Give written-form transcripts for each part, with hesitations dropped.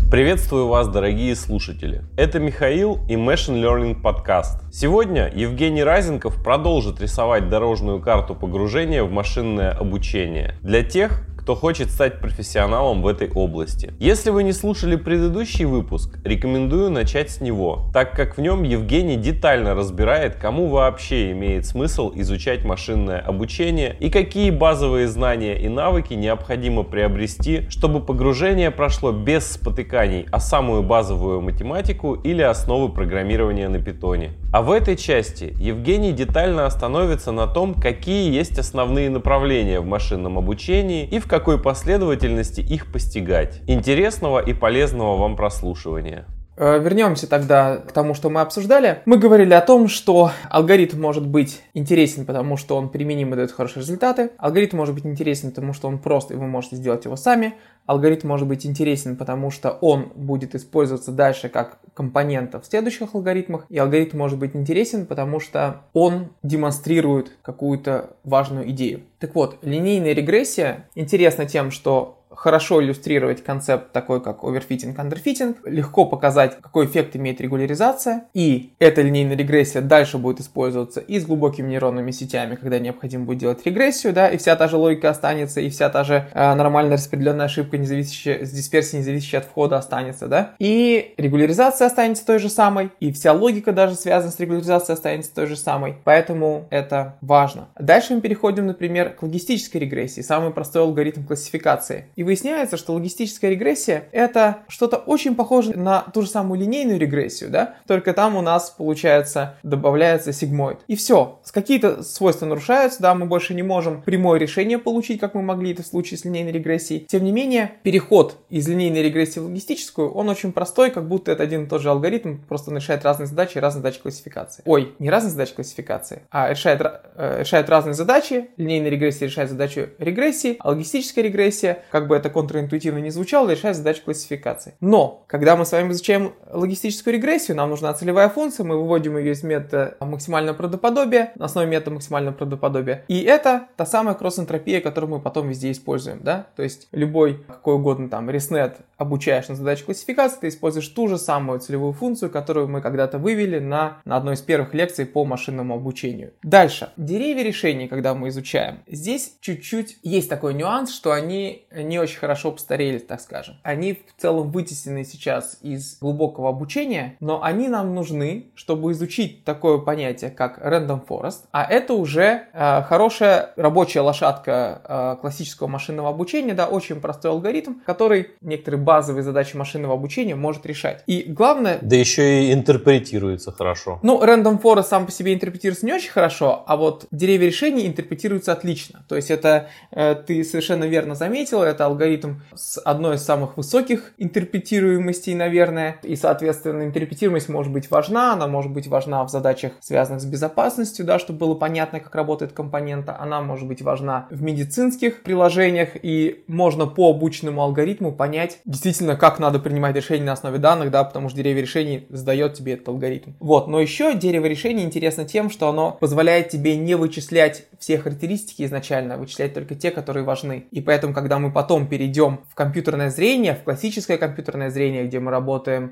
Приветствую вас, дорогие слушатели! Это Михаил и Machine Learning Podcast. Сегодня Евгений Разенков продолжит рисовать дорожную карту погружения в машинное обучение для тех, кто хочет стать профессионалом в этой области. Если вы не слушали предыдущий выпуск, рекомендую начать с него, так как в нем Евгений детально разбирает, кому вообще имеет смысл изучать машинное обучение и какие базовые знания и навыки необходимо приобрести, чтобы погружение прошло без спотыканий о самую базовую математику или основы программирования на питоне. А в этой части Евгений детально остановится на том, какие есть основные направления в машинном обучении и в какой последовательности их постигать. Интересного и полезного вам прослушивания. Вернемся тогда к тому, что мы обсуждали. Мы говорили о том, что алгоритм может быть интересен, потому что он применим и дает хорошие результаты. Алгоритм может быть интересен, потому что он прост, и вы можете сделать его сами. Алгоритм может быть интересен, потому что он будет использоваться дальше как компонента в следующих алгоритмах. И алгоритм может быть интересен, потому что он демонстрирует какую-то важную идею. Так вот, линейная регрессия интересна тем, что хорошо иллюстрировать концепт такой, как оверфитинг, андерфитинг, легко показать, какой эффект имеет регуляризация, и эта линейная регрессия дальше будет использоваться и с глубокими нейронными сетями, когда необходимо будет делать регрессию, да, и вся та же логика останется, и вся та же нормально распределенная ошибка, не зависящая, с дисперсией, не зависящая от входа, останется, да, и регуляризация останется той же самой, и вся логика даже связана с регуляризацией останется той же самой, поэтому это важно. Дальше мы переходим, например, к логистической регрессии, самый простой алгоритм классификации. И выясняется, что логистическая регрессия — это что-то очень похожее на ту же самую линейную регрессию, да? Только там у нас, получается, добавляется сигмоид. И все. Какие-то свойства нарушаются, да, мы больше не можем прямое решение получить, как мы могли это в случае с линейной регрессией. Тем не менее, переход из линейной регрессии в логистическую, он очень простой, как будто это один и тот же алгоритм, просто он решает разные задачи и разные задачи классификации. Ой, не разные задачи классификации, а решает разные задачи. Линейная регрессия решает задачу регрессии, а логистическая регрессия, как бы это контринтуитивно не звучало, решает задачу классификации. Но, когда мы с вами изучаем логистическую регрессию, нам нужна целевая функция, мы выводим ее из метода максимального правдоподобия, на основе метода максимального правдоподобия. И это та самая кросс-энтропия, которую мы потом везде используем, да? То есть любой, какой угодно там ResNet обучаешь на задачу классификации, ты используешь ту же самую целевую функцию, которую мы когда-то вывели на одной из первых лекций по машинному обучению. Дальше. Деревья решений, когда мы изучаем. Здесь чуть-чуть есть такой нюанс, что они не очень хорошо постарели, так скажем. Они в целом вытеснены сейчас из глубокого обучения, но они нам нужны, чтобы изучить такое понятие, как Random Forest, а это уже хорошая рабочая лошадка классического машинного обучения, да, очень простой алгоритм, который некоторые базовые задачи машинного обучения может решать. И главное... Да еще и интерпретируется хорошо. Ну, Random Forest сам по себе интерпретируется не очень хорошо, а вот деревья решений интерпретируются отлично. То есть это, ты совершенно верно заметил, это алгоритм с одной из самых высоких интерпретируемостей, наверное, и, соответственно, интерпретируемость может быть важна, она может быть важна в задачах, связанных с безопасностью, да, чтобы было понятно, как работает компонента, она может быть важна в медицинских приложениях, и можно по обученному алгоритму понять действительно, как надо принимать решения на основе данных, да, потому что дерево решений задает тебе этот алгоритм. Вот, но еще дерево решений интересно тем, что оно позволяет тебе не вычислять все характеристики изначально, а вычислять только те, которые важны. И поэтому, когда мы потом перейдем в компьютерное зрение, в классическое компьютерное зрение, где мы работаем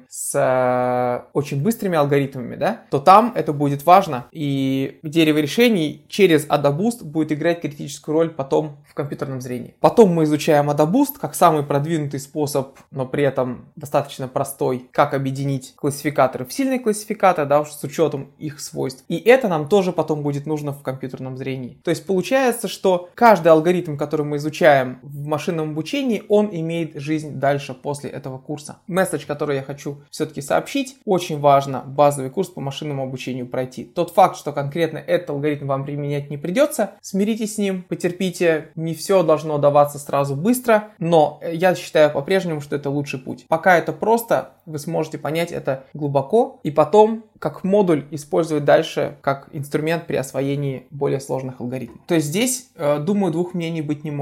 с очень быстрыми алгоритмами, да, то там это будет важно. И дерево решений через AdaBoost будет играть критическую роль потом в компьютерном зрении. Потом мы изучаем AdaBoost как самый продвинутый способ, но при этом достаточно простой, как объединить классификаторы в сильный классификатор, да, уж с учетом их свойств. И это нам тоже потом будет нужно в компьютерном зрении. То есть получается, что каждый алгоритм, который мы изучаем в машинном обучении, он имеет жизнь дальше после этого курса. Месседж, который я хочу все-таки сообщить, очень важно базовый курс по машинному обучению пройти. Тот факт, что конкретно этот алгоритм вам применять не придется, смиритесь с ним, потерпите, не все должно даваться сразу быстро, но я считаю по-прежнему, что это лучший путь. Пока это просто, вы сможете понять это глубоко и потом как модуль использовать дальше как инструмент при освоении более сложных алгоритмов. То есть здесь, думаю, двух мнений быть не может.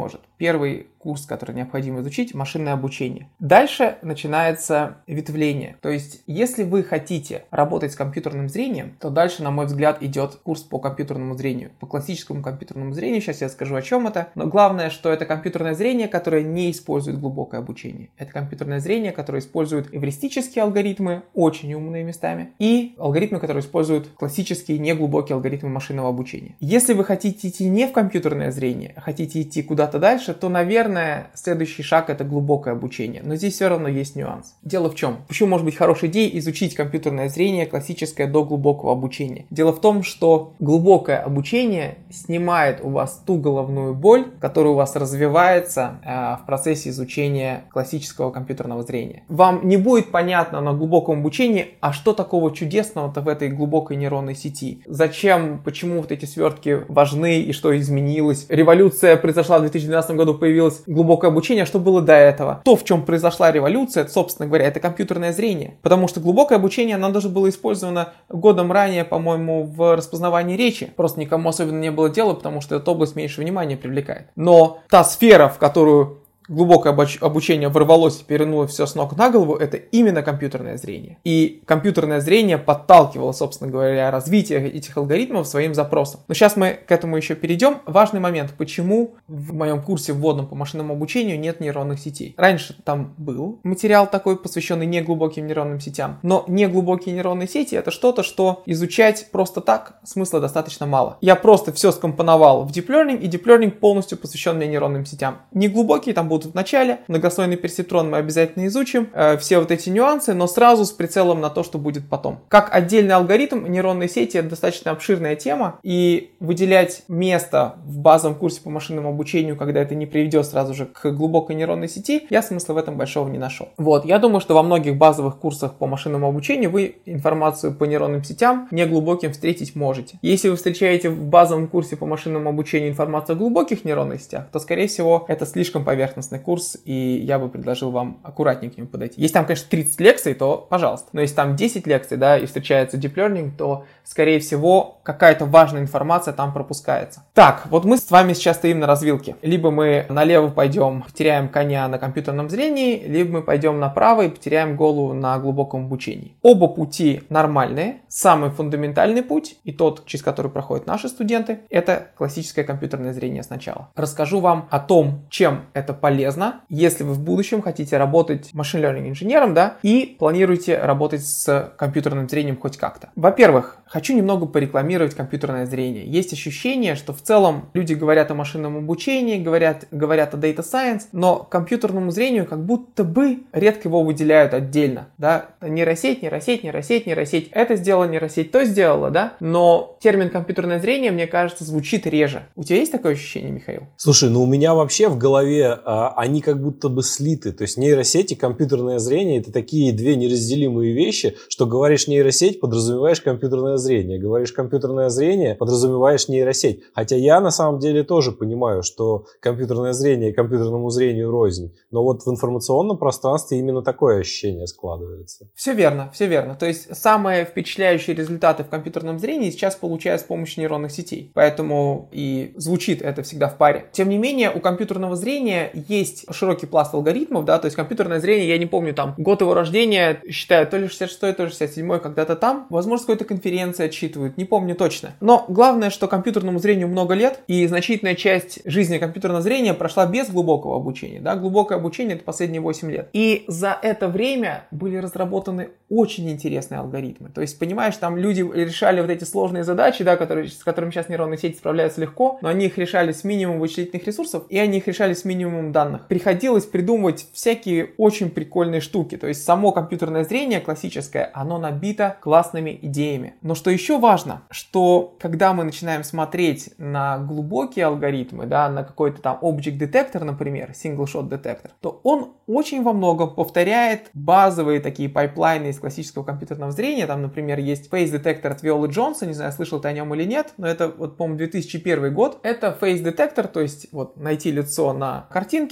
первый курс, который необходимо изучить, машинное обучение. Дальше начинается ветвление. То есть, если вы хотите работать с компьютерным зрением, то дальше, на мой взгляд, идет курс по компьютерному зрению. По классическому компьютерному зрению, сейчас я скажу, о чем это. Но главное, что это компьютерное зрение, которое не использует глубокое обучение. Это компьютерное зрение, которое использует эвристические алгоритмы, очень умные местами, и алгоритмы, которые используют классические неглубокие алгоритмы машинного обучения. Если вы хотите идти не в компьютерное зрение, а хотите идти куда-то дальше, то, наверное, следующий шаг — это глубокое обучение. Но здесь все равно есть нюанс. Дело в чем? Почему может быть хорошей идеей изучить компьютерное зрение классическое до глубокого обучения? Дело в том, что глубокое обучение снимает у вас ту головную боль, которая у вас развивается в процессе изучения классического компьютерного зрения. Вам не будет понятно на глубоком обучении, а что такого чудесного-то в этой глубокой нейронной сети? Зачем, почему вот эти свертки важны и что изменилось? Революция произошла в 2012 году, появилось глубокое обучение, а что было до этого? То, в чем произошла революция, собственно говоря, это компьютерное зрение. Потому что глубокое обучение, оно даже было использовано годом ранее, по-моему, в распознавании речи. Просто никому особенно не было дела, потому что эта область меньше внимания привлекает. Но та сфера, в которую глубокое обучение ворвалось и перевернуло все с ног на голову, это именно компьютерное зрение. И компьютерное зрение подталкивало, собственно говоря, развитие этих алгоритмов своим запросом. Но сейчас мы к этому еще перейдем. Важный момент, почему в моем курсе вводном по машинному обучению нет нейронных сетей. Раньше там был материал такой, посвященный неглубоким нейронным сетям, но неглубокие нейронные сети — это что-то, что изучать просто так смысла достаточно мало. Я просто все скомпоновал в Deep Learning, и Deep Learning полностью посвящен нейронным сетям. Неглубокие там будут в начале, многослойный персептрон мы обязательно изучим, все вот эти нюансы, но сразу с прицелом на то, что будет потом. Как отдельный алгоритм, нейронные сети — это достаточно обширная тема, и выделять место в базовом курсе по машинному обучению, когда это не приведет сразу же к глубокой нейронной сети, я смысла в этом большого не нашел. Вот, я думаю, что во многих базовых курсах по машинному обучению вы информацию по нейронным сетям неглубоким встретить можете. Если вы встречаете в базовом курсе по машинному обучению информацию о глубоких нейронных сетях, то, скорее всего, это слишком поверхностный курс, и я бы предложил вам аккуратнее к нему подойти. Если там, конечно, 30 лекций, то пожалуйста. Но если там 10 лекций, да, и встречается Deep Learning, то, скорее всего, какая-то важная информация там пропускается. Так, вот мы с вами сейчас стоим на развилке. Либо мы налево пойдем, потеряем коня на компьютерном зрении, либо мы пойдем направо и потеряем голову на глубоком обучении. Оба пути нормальные. Самый фундаментальный путь, и тот, через который проходят наши студенты, это классическое компьютерное зрение сначала. Расскажу вам о том, чем это полезно, если вы в будущем хотите работать machine learning инженером, да, и планируете работать с компьютерным зрением хоть как-то. Во-первых, хочу немного порекламировать компьютерное зрение. Есть ощущение, что в целом люди говорят о машинном обучении, говорят о data science, но компьютерному зрению как будто бы редко его выделяют отдельно, да, нейросеть, это сделала нейросеть, то сделала, да, но термин компьютерное зрение, мне кажется, звучит реже. У тебя есть такое ощущение, Михаил? Слушай, ну у меня вообще в голове они как будто бы слиты. То есть нейросеть и компьютерное зрение — это такие две неразделимые вещи, что говоришь нейросеть, подразумеваешь компьютерное зрение. Говоришь компьютерное зрение, подразумеваешь нейросеть. Хотя я на самом деле тоже понимаю, что компьютерное зрение и компьютерному зрению рознь. Но вот в информационном пространстве именно такое ощущение складывается. Все верно, все верно. То есть самые впечатляющие результаты в компьютерном зрении сейчас получают с помощью нейронных сетей. Поэтому и звучит это всегда в паре. Тем не менее, у компьютерного зрения есть широкий пласт алгоритмов, да, то есть компьютерное зрение, я не помню, там, год его рождения, считаю, то ли 66-й, то ли 67-й, когда-то там, возможно, какой-то конференции отчитывают, не помню точно. Но главное, что компьютерному зрению много лет, и значительная часть жизни компьютерного зрения прошла без глубокого обучения, да, глубокое обучение — это последние 8 лет. И за это время были разработаны очень интересные алгоритмы. То есть, понимаешь, там люди решали вот эти сложные задачи, да, с которыми сейчас нейронные сети справляются легко, но они их решали с минимумом вычислительных ресурсов, и они их решали с минимумом данных. Приходилось придумывать всякие очень прикольные штуки. То есть само компьютерное зрение классическое, оно набито классными идеями. Но что еще важно, что когда мы начинаем смотреть на глубокие алгоритмы, да, на какой-то там object detector, например, single shot detector, то он очень во многом повторяет базовые такие пайплайны из классического компьютерного зрения. Там, например, есть face detector от Виолы Джонса, не знаю, слышал ты о нем или нет, но это, вот, по-моему, 2001 год. Это face detector, то есть вот найти лицо на картинке,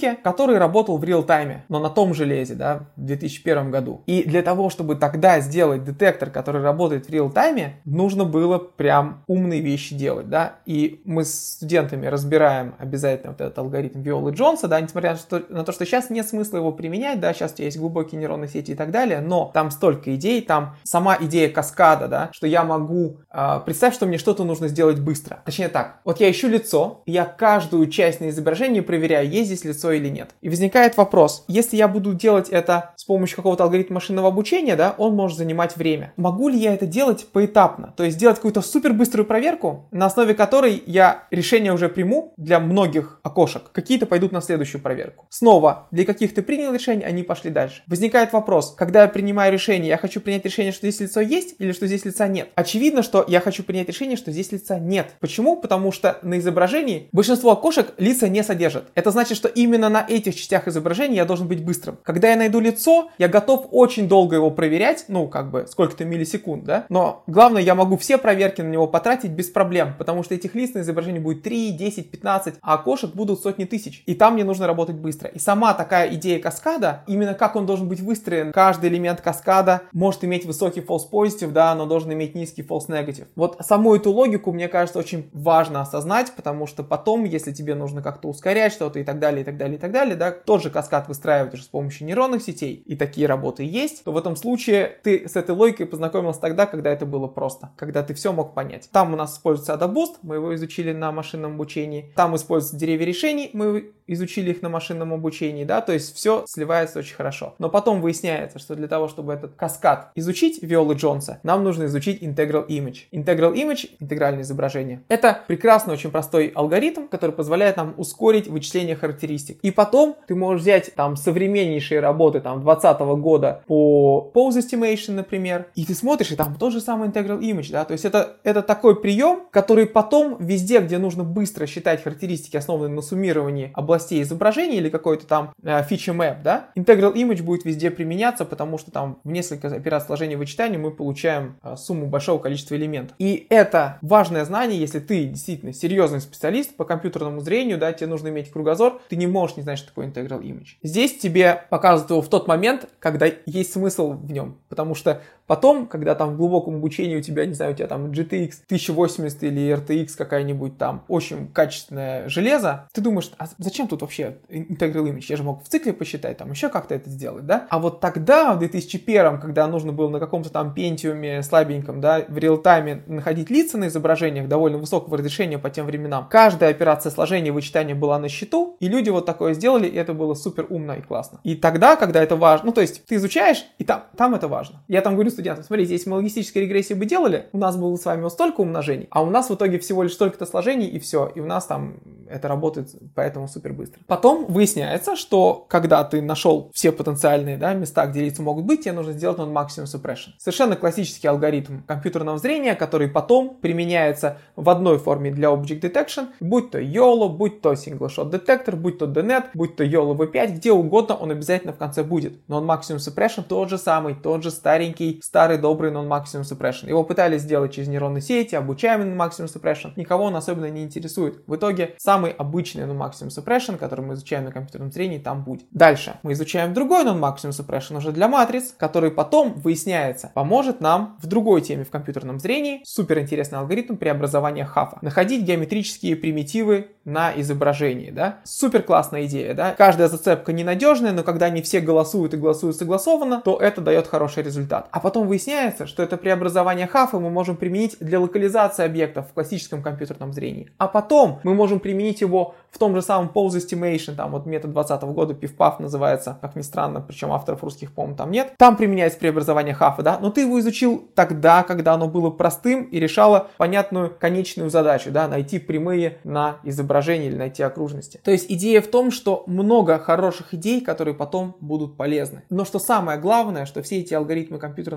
машинке, который работал в реал-тайме, но на том железе, да, в 2001 году. И для того, чтобы тогда сделать детектор, который работает в реал-тайме, нужно было прям умные вещи делать, да. И мы с студентами разбираем обязательно вот этот алгоритм Виолы-Джонса, да, несмотря на то, что сейчас нет смысла его применять, да, сейчас у тебя есть глубокие нейронные сети и так далее, но там столько идей, там сама идея каскада, да, что я могу, представь, что мне что-то нужно сделать быстро. Точнее так, вот я ищу лицо, я каждую часть на изображении проверяю, есть здесь лицо или нет. И возникает вопрос, если я буду делать это с помощью какого-то алгоритма машинного обучения, да, он может занимать время. Могу ли я это делать поэтапно? То есть сделать какую-то супер быструю проверку, на основе которой я решение уже приму для многих окошек. Какие-то пойдут на следующую проверку. Снова, для каких ты принял решение, они пошли дальше. Возникает вопрос, когда я принимаю решение, я хочу принять решение, что здесь лицо есть или что здесь лица нет. Очевидно, что я хочу принять решение, что здесь лица нет. Почему? Потому что на изображении большинство окошек лица не содержат. Это значит, что именно на этих частях изображения я должен быть быстрым. Когда я найду лицо, я готов очень долго его проверять, ну, как бы, сколько-то миллисекунд, да? Но главное, я могу все проверки на него потратить без проблем, потому что этих лиц на изображении будет 3, 10, 15, а окошек будут сотни тысяч. И там мне нужно работать быстро. И сама такая идея каскада, именно как он должен быть выстроен, каждый элемент каскада может иметь высокий false positive, да, но должен иметь низкий false negative. Вот саму эту логику, мне кажется, очень важно осознать, потому что потом, если тебе нужно как-то ускорять что-то и так далее, и так далее, и так далее, да, тот же каскад выстраивать уже с помощью нейронных сетей, и такие работы есть, то в этом случае ты с этой логикой познакомился тогда, когда это было просто, когда ты все мог понять. Там у нас используется AdaBoost, мы его изучили на машинном обучении, там используются деревья решений, мы изучили их на машинном обучении, да, то есть все сливается очень хорошо. Но потом выясняется, что для того, чтобы этот каскад изучить Виолы-Джонса, нам нужно изучить Integral Image. Integral Image, интегральное изображение, это прекрасный, очень простой алгоритм, который позволяет нам ускорить вычисление характеристик. И потом ты можешь взять там современнейшие работы там 2020 года по Pose Estimation, например, и ты смотришь, и там тот же самый Integral Image, да, то есть это такой прием, который потом везде, где нужно быстро считать характеристики, основанные на суммировании областей изображения или какой-то там feature map, да, Integral Image будет везде применяться, потому что там в несколько операций сложения и вычитания мы получаем сумму большого количества элементов. И это важное знание, если ты действительно серьезный специалист по компьютерному зрению, да, тебе нужно иметь кругозор, ты не можешь не знать, что такое Integral Image. Здесь тебе показывают его в тот момент, когда есть смысл в нем, потому что потом, когда там в глубоком обучении у тебя, не знаю, у тебя там GTX 1080 или RTX какая-нибудь там очень качественное железо, ты думаешь, а зачем тут вообще Integral Image? Я же мог в цикле посчитать, там еще как-то это сделать, да? А вот тогда, в 2001, когда нужно было на каком-то там пентиуме слабеньком, да, в реал-тайме находить лица на изображениях довольно высокого разрешения по тем временам, каждая операция сложения и вычитания была на счету, и люди вот такое сделали, и это было супер умно и классно. И тогда, когда это важно, ну то есть ты изучаешь, и там это важно. Я там говорю студентам, смотрите, если мы логистические регрессии бы делали, у нас было с вами вот столько умножений, а у нас в итоге всего лишь столько-то сложений, и все, и у нас там это работает поэтому супер быстро. Потом выясняется, что когда ты нашел все потенциальные, да, места, где лица могут быть, тебе нужно сделать non-maximum suppression. Совершенно классический алгоритм компьютерного зрения, который потом применяется в одной форме для object detection, будь то YOLO, будь то single shot detector, будь то DNet, будь то YOLO V5, где угодно он обязательно в конце будет. Non-maximum suppression тот же самый, тот же старенький, старый добрый non-maximum suppression. Его пытались сделать через нейронные сети, обучаемый non-maximum suppression. Никого он особенно не интересует. В итоге самый обычный non-maximum suppression, который мы изучаем на компьютерном зрении, там будет. Дальше мы изучаем другой non-maximum suppression уже для матриц, который потом, выясняется, поможет нам в другой теме в компьютерном зрении. Супер интересный алгоритм преобразования хафа. Находить геометрические примитивы на изображении, да. Супер классная идея, да. Каждая зацепка ненадежная, но когда они все голосуют и голосуют согласованно, то это дает хороший результат. А потом выясняется, что это преобразование хафа мы можем применить для локализации объектов в классическом компьютерном зрении. А потом мы можем применить его в том же самом Pose Estimation, там вот метод 2020 года, PIFPAF называется, как ни странно, причем авторов русских, по-моему, там нет. Там применяется преобразование хафа, да, но ты его изучил тогда, когда оно было простым и решало понятную конечную задачу, да, найти прямые на изображении или найти окружности. То есть идея в том, что много хороших идей, которые потом будут полезны. Но что самое главное, что все эти алгоритмы компьютерного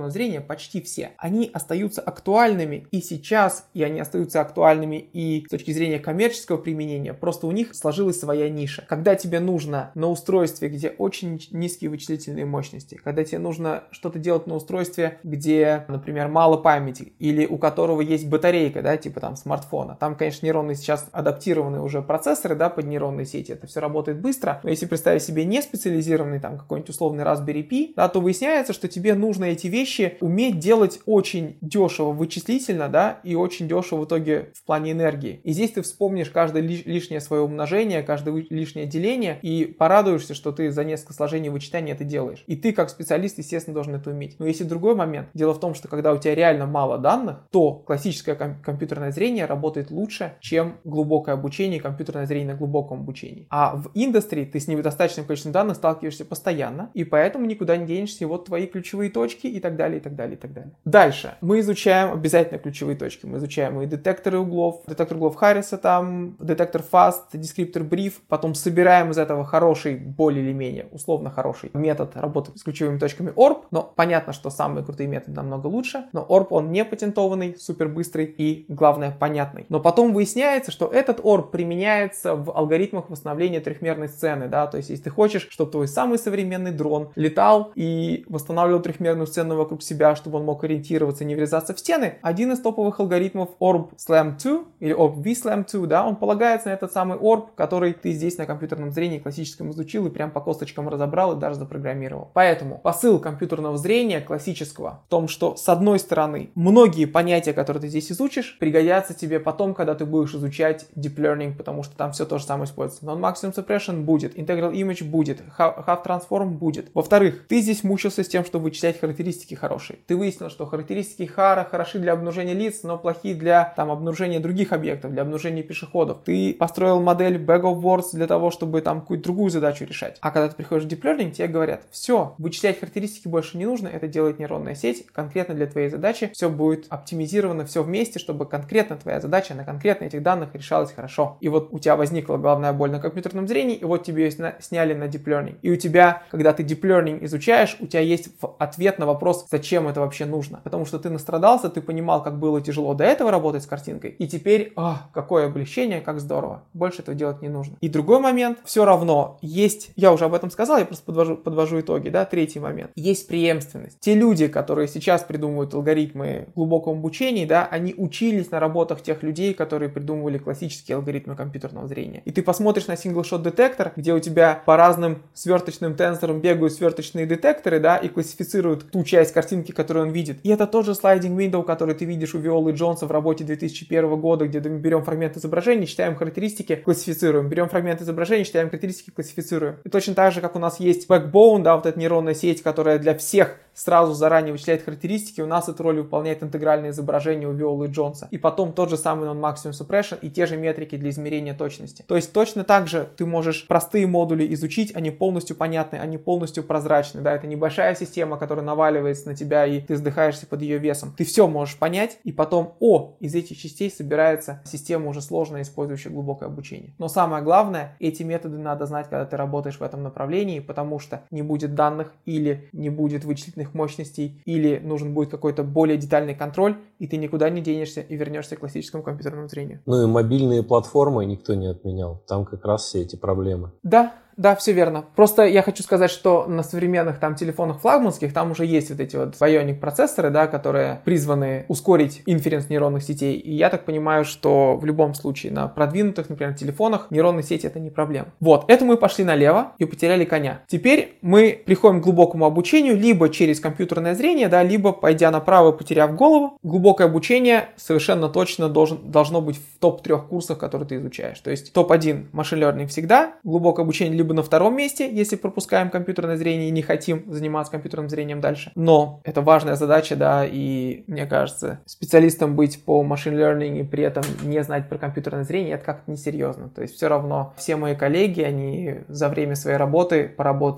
компьютерного зрения, почти все, они остаются актуальными и сейчас, и они остаются актуальными и с точки зрения коммерческого применения, просто у них сложилась своя ниша. Когда тебе нужно на устройстве, где очень низкие вычислительные мощности, когда тебе нужно что-то делать на устройстве, где, например, мало памяти, или у которого есть батарейка, да, типа там смартфона. Там, конечно, нейронные сейчас адаптированные уже процессоры, да, под нейронные сети, это все работает быстро, но если представить себе не специализированный там какой-нибудь условный Raspberry Pi, да, то выясняется, что тебе нужно эти вещи уметь делать очень дешево вычислительно, да, и очень дешево в итоге в плане энергии. И здесь ты вспомнишь каждое лишнее свое умножение, каждое лишнее деление и порадуешься, что ты за несколько сложений вычитания это делаешь. И ты как специалист, естественно, должен это уметь. Но есть и другой момент. Дело в том, что когда у тебя реально мало данных, то классическое компьютерное зрение работает лучше, чем глубокое обучение, компьютерное зрение на глубоком обучении. А в индустрии ты с недостаточным количеством данных сталкиваешься постоянно, и поэтому никуда не денешься, и вот твои ключевые точки и так далее, и так далее, и так далее. Дальше. Мы изучаем обязательно ключевые точки. Мы изучаем и детектор углов Харриса, там, детектор FAST, дескриптор brief, потом собираем из этого хороший, более или менее, условно хороший метод работы с ключевыми точками ORB, но понятно, что самые крутые методы намного лучше, но ORB он не патентованный, супер быстрый и, главное, понятный. Но потом выясняется, что этот ORB применяется в алгоритмах восстановления трехмерной сцены, да, то есть если ты хочешь, чтобы твой самый современный дрон летал и восстанавливал трехмерную сцену вокруг себя, чтобы он мог ориентироваться и не врезаться в стены, один из топовых алгоритмов ORB SLAM 2 или ORB VSLAM 2, да, он полагается на этот самый ORB, который ты здесь на компьютерном зрении классическом изучил и прям по косточкам разобрал и даже запрограммировал. Поэтому посыл компьютерного зрения классического в том, что с одной стороны многие понятия, которые ты здесь изучишь, пригодятся тебе потом, когда ты будешь изучать Deep Learning, потому что там все то же самое используется. Non-Maximum Suppression будет, Integral Image будет, Half Transform будет. Во-вторых, ты здесь мучился с тем, чтобы вычислять характеристики хорошие. Ты выяснил, что характеристики Хара хороши для обнаружения лиц, но плохие для там обнаружения других объектов, для обнаружения пешеходов. Ты построил модель Bag of Words для того, чтобы там какую-то другую задачу решать. А когда ты приходишь в Deep Learning, тебе говорят, все, вычислять характеристики больше не нужно, это делает нейронная сеть конкретно для твоей задачи, все будет оптимизировано, все вместе, чтобы конкретно твоя задача на конкретно этих данных решалась хорошо. И вот у тебя возникла головная боль на компьютерном зрении, и вот тебе ее сняли на Deep Learning. И у тебя, когда ты Deep Learning изучаешь, у тебя есть ответ на вопрос, зачем это вообще нужно. Потому что ты настрадался, ты понимал, как было тяжело до этого работать с картинкой, и теперь, какое облегчение, как здорово. Больше этого делать не нужно. И другой момент, все равно есть, я уже об этом сказал, я просто подвожу итоги, да, третий момент. Есть преемственность. Те люди, которые сейчас придумывают алгоритмы глубокого обучения, да, они учились на работах тех людей, которые придумывали классические алгоритмы компьютерного зрения. И ты посмотришь на single-shot детектор, где у тебя по разным сверточным тенсорам бегают сверточные детекторы, да, и классифицируют ту часть картинки, которую он видит. И это тот же sliding window, который ты видишь у Виолы Джонса в работе 2001 года, где мы берем фрагмент изображения, читаем характеристики, классифицируем. Берем фрагмент изображения, читаем характеристики, классифицируем. И точно так же, как у нас есть backbone, да, вот эта нейронная сеть, которая для всех сразу заранее вычисляет характеристики, у нас эту роль выполняет интегральное изображение у Виолы Джонса. И потом тот же самый non-maximum suppression и те же метрики для измерения точности. То есть точно так же ты можешь простые модули изучить, они полностью понятны, они полностью прозрачны. Да, это небольшая система, которая наваливается на тебя, и ты вздыхаешься под ее весом. Ты все можешь понять, и потом, из этих частей собирается система уже сложная, использующая глубокое обучение. Но самое главное, эти методы надо знать, когда ты работаешь в этом направлении, потому что не будет данных или не будет вычислительных мощностей, или нужен будет какой-то более детальный контроль, и ты никуда не денешься и вернешься к классическому компьютерному зрению. Ну и мобильные платформы никто не отменял. Там как раз все эти проблемы. Да, все верно. Просто я хочу сказать, что на современных там телефонах флагманских там уже есть вот эти вот Bionic процессоры, да, которые призваны ускорить инференс нейронных сетей. И я так понимаю, что в любом случае на продвинутых, например, телефонах нейронные сети это не проблема. Вот, это мы пошли налево и потеряли коня. Теперь мы приходим к глубокому обучению либо через компьютерное зрение, да, либо пойдя направо, потеряв голову. Глубокое обучение совершенно точно должно быть в топ-3 курсах, которые ты изучаешь. То есть топ-1 Machine Learning всегда, глубокое обучение либо на втором месте, если пропускаем компьютерное зрение и не хотим заниматься компьютерным зрением дальше. Но это важная задача, да, и мне кажется, специалистом быть по machine learning и при этом не знать про компьютерное зрение, это как-то несерьезно. То есть все равно все мои коллеги, они за время своей работы поработали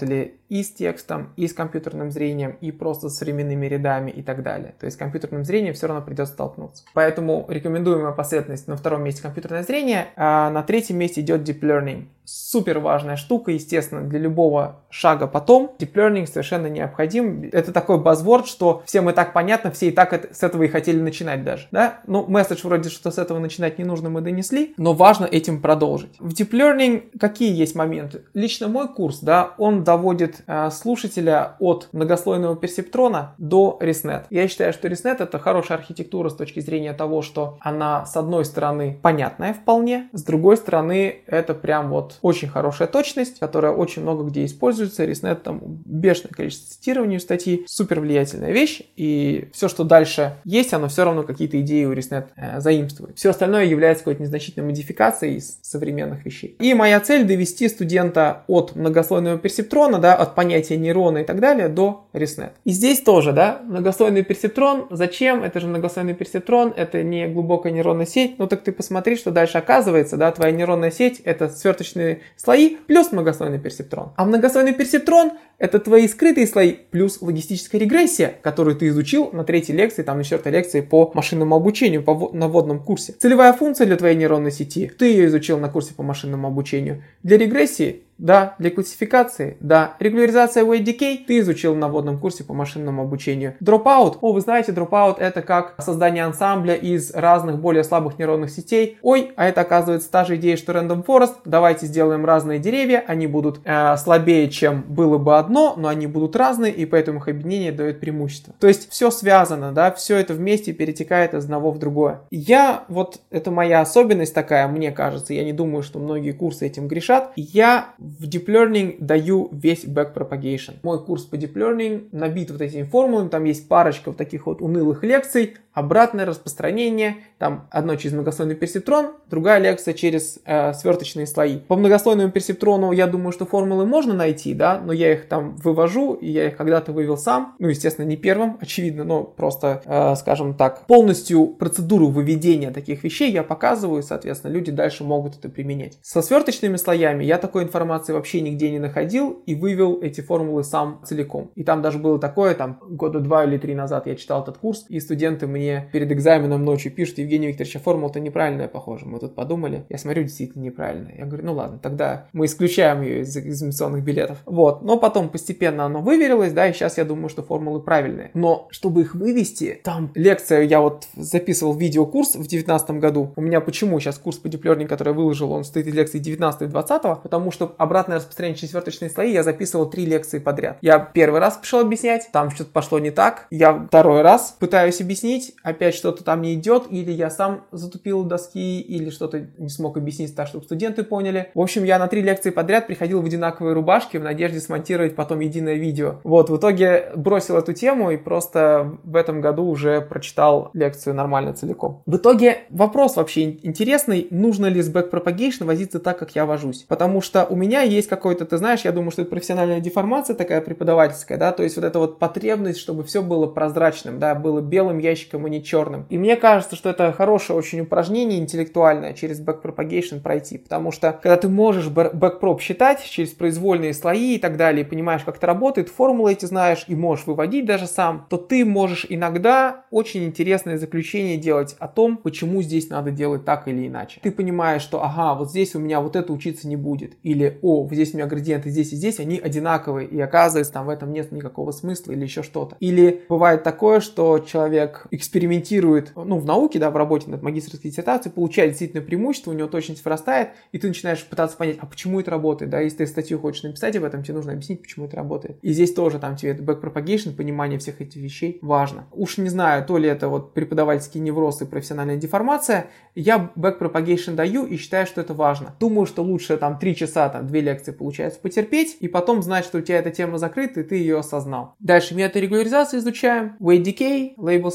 и с текстом, и с компьютерным зрением, и просто с временными рядами и так далее. То есть с компьютерным зрением все равно придется столкнуться. Поэтому рекомендуемая последовательность: на втором месте компьютерное зрение, а на третьем месте идет Deep Learning. Супер важная штука, естественно, для любого шага потом. Deep Learning совершенно необходим. Это такой базворд, что всем и так понятно, все и так с этого и хотели начинать даже. Да? Ну, месседж вроде, что с этого начинать не нужно, мы донесли, но важно этим продолжить. В Deep Learning какие есть моменты? Лично мой курс, да, он доводит слушателя от многослойного персептрона до ResNet. Я считаю, что ResNet — это хорошая архитектура с точки зрения того, что она, с одной стороны, понятная вполне, с другой стороны, это прям вот очень хорошая точность, которая очень много где используется. ResNet, там бешеное количество цитирований у статьи, супер влиятельная вещь, и все, что дальше есть, оно все равно какие-то идеи у ResNet заимствует. Все остальное является какой-то незначительной модификацией из современных вещей. И моя цель — довести студента от многослойного персептрона, да, от понятия нейрона и так далее, до ResNet. И здесь тоже, да, многослойный персептрон. Зачем? Это же многослойный персептрон, это не глубокая нейронная сеть. Ну так ты посмотри, что дальше оказывается, да, твоя нейронная сеть — это сверточные слои плюс многослойный персептрон. А многослойный персептрон — это твои скрытые слои плюс логистическая регрессия, которую ты изучил на третьей лекции, там на четвертой лекции по машинному обучению, на вводном курсе. Целевая функция для твоей нейронной сети, ты ее изучил на курсе по машинному обучению. Для регрессии — да. Для классификации — да. Регуляризация weight decay ты изучил на вводном курсе по машинному обучению. Dropout — вы знаете, dropout — это как создание ансамбля из разных более слабых нейронных сетей. Ой, а это оказывается та же идея, что random forest. Давайте сделаем разные деревья, они будут слабее, чем было бы одно, но они будут разные, и поэтому их объединение дает преимущество. То есть все связано, да, все это вместе перетекает из одного в другое. Это моя особенность такая, мне кажется, я не думаю, что многие курсы этим грешат. Я в Deep Learning даю весь backpropagation. Мой курс по Deep Learning набит вот этими формулами, там есть парочка вот таких вот унылых лекций, обратное распространение, там одно через многослойный персептрон, другая лекция через сверточные слои. По многослойному персептрону я думаю, что формулы можно найти, да, но я их там вывожу, и я их когда-то вывел сам, ну, естественно, не первым, очевидно, но просто, скажем так, полностью процедуру выведения таких вещей я показываю, и, соответственно, люди дальше могут это применять. Со сверточными слоями я такой информации вообще нигде не находил и вывел эти формулы сам целиком. И там даже было такое, там, года 2 или 3 назад я читал этот курс, и студенты мне перед экзаменом ночью пишут: Евгений Викторович, а формула-то неправильная, похоже. Мы тут подумали. Я смотрю, действительно неправильная. Я говорю, ну ладно, тогда мы исключаем ее из экзаменационных билетов. Вот. Но потом постепенно оно выверилось, да, и сейчас я думаю, что формулы правильные. Но чтобы их вывести, там лекция, я вот записывал видеокурс в 2019 году. У меня почему сейчас курс по Deep Learning, который я выложил, он стоит из лекций 19 и 20, потому что обратное распространение через сверточные слои я записывал 3 лекции подряд. Я первый раз пришел объяснять, там что-то пошло не так. Я второй раз пытаюсь объяснить, опять что-то там не идет, или я сам затупил доски, или что-то не смог объяснить так, чтобы студенты поняли. В общем, я на 3 лекции подряд приходил в одинаковые рубашки в надежде смонтировать потом единое видео. Вот, в итоге бросил эту тему и просто в этом году уже прочитал лекцию нормально целиком. В итоге вопрос вообще интересный, нужно ли с backpropagation возиться так, как я вожусь. Потому что у меня есть какой-то, ты знаешь, я думаю, что это профессиональная деформация такая преподавательская, да, то есть вот эта вот потребность, чтобы все было прозрачным, да, было белым ящиком, а не черным. И мне кажется, что это хорошее очень упражнение интеллектуальное через backpropagation пройти, потому что когда ты можешь backprop считать через произвольные слои и так далее, и понимаешь, как это работает, формулы эти знаешь и можешь выводить даже сам, то ты можешь иногда очень интересное заключение делать о том, почему здесь надо делать так или иначе. Ты понимаешь, что ага, вот здесь у меня вот это учиться не будет, или о, здесь у меня градиенты здесь и здесь, они одинаковые, и оказывается, там в этом нет никакого смысла или еще что-то. Или бывает такое, что человек экспериментирует, ну, в науке, да, в работе над магистерской диссертацией, получает действительно преимущество, у него точность вырастает, и ты начинаешь пытаться понять, а почему это работает, да, если ты статью хочешь написать об этом, тебе нужно объяснить, почему это работает. И здесь тоже там тебе backpropagation, понимание всех этих вещей важно. Уж не знаю, то ли это вот преподавательский невроз и профессиональная деформация, я backpropagation даю и считаю, что это важно. Думаю, что лучше там 3 часа, там 2 лекции получается потерпеть, и потом знать, что у тебя эта тема закрыта, и ты ее осознал. Дальше методы регуляризации изучаем. Weight decay, label smoothing,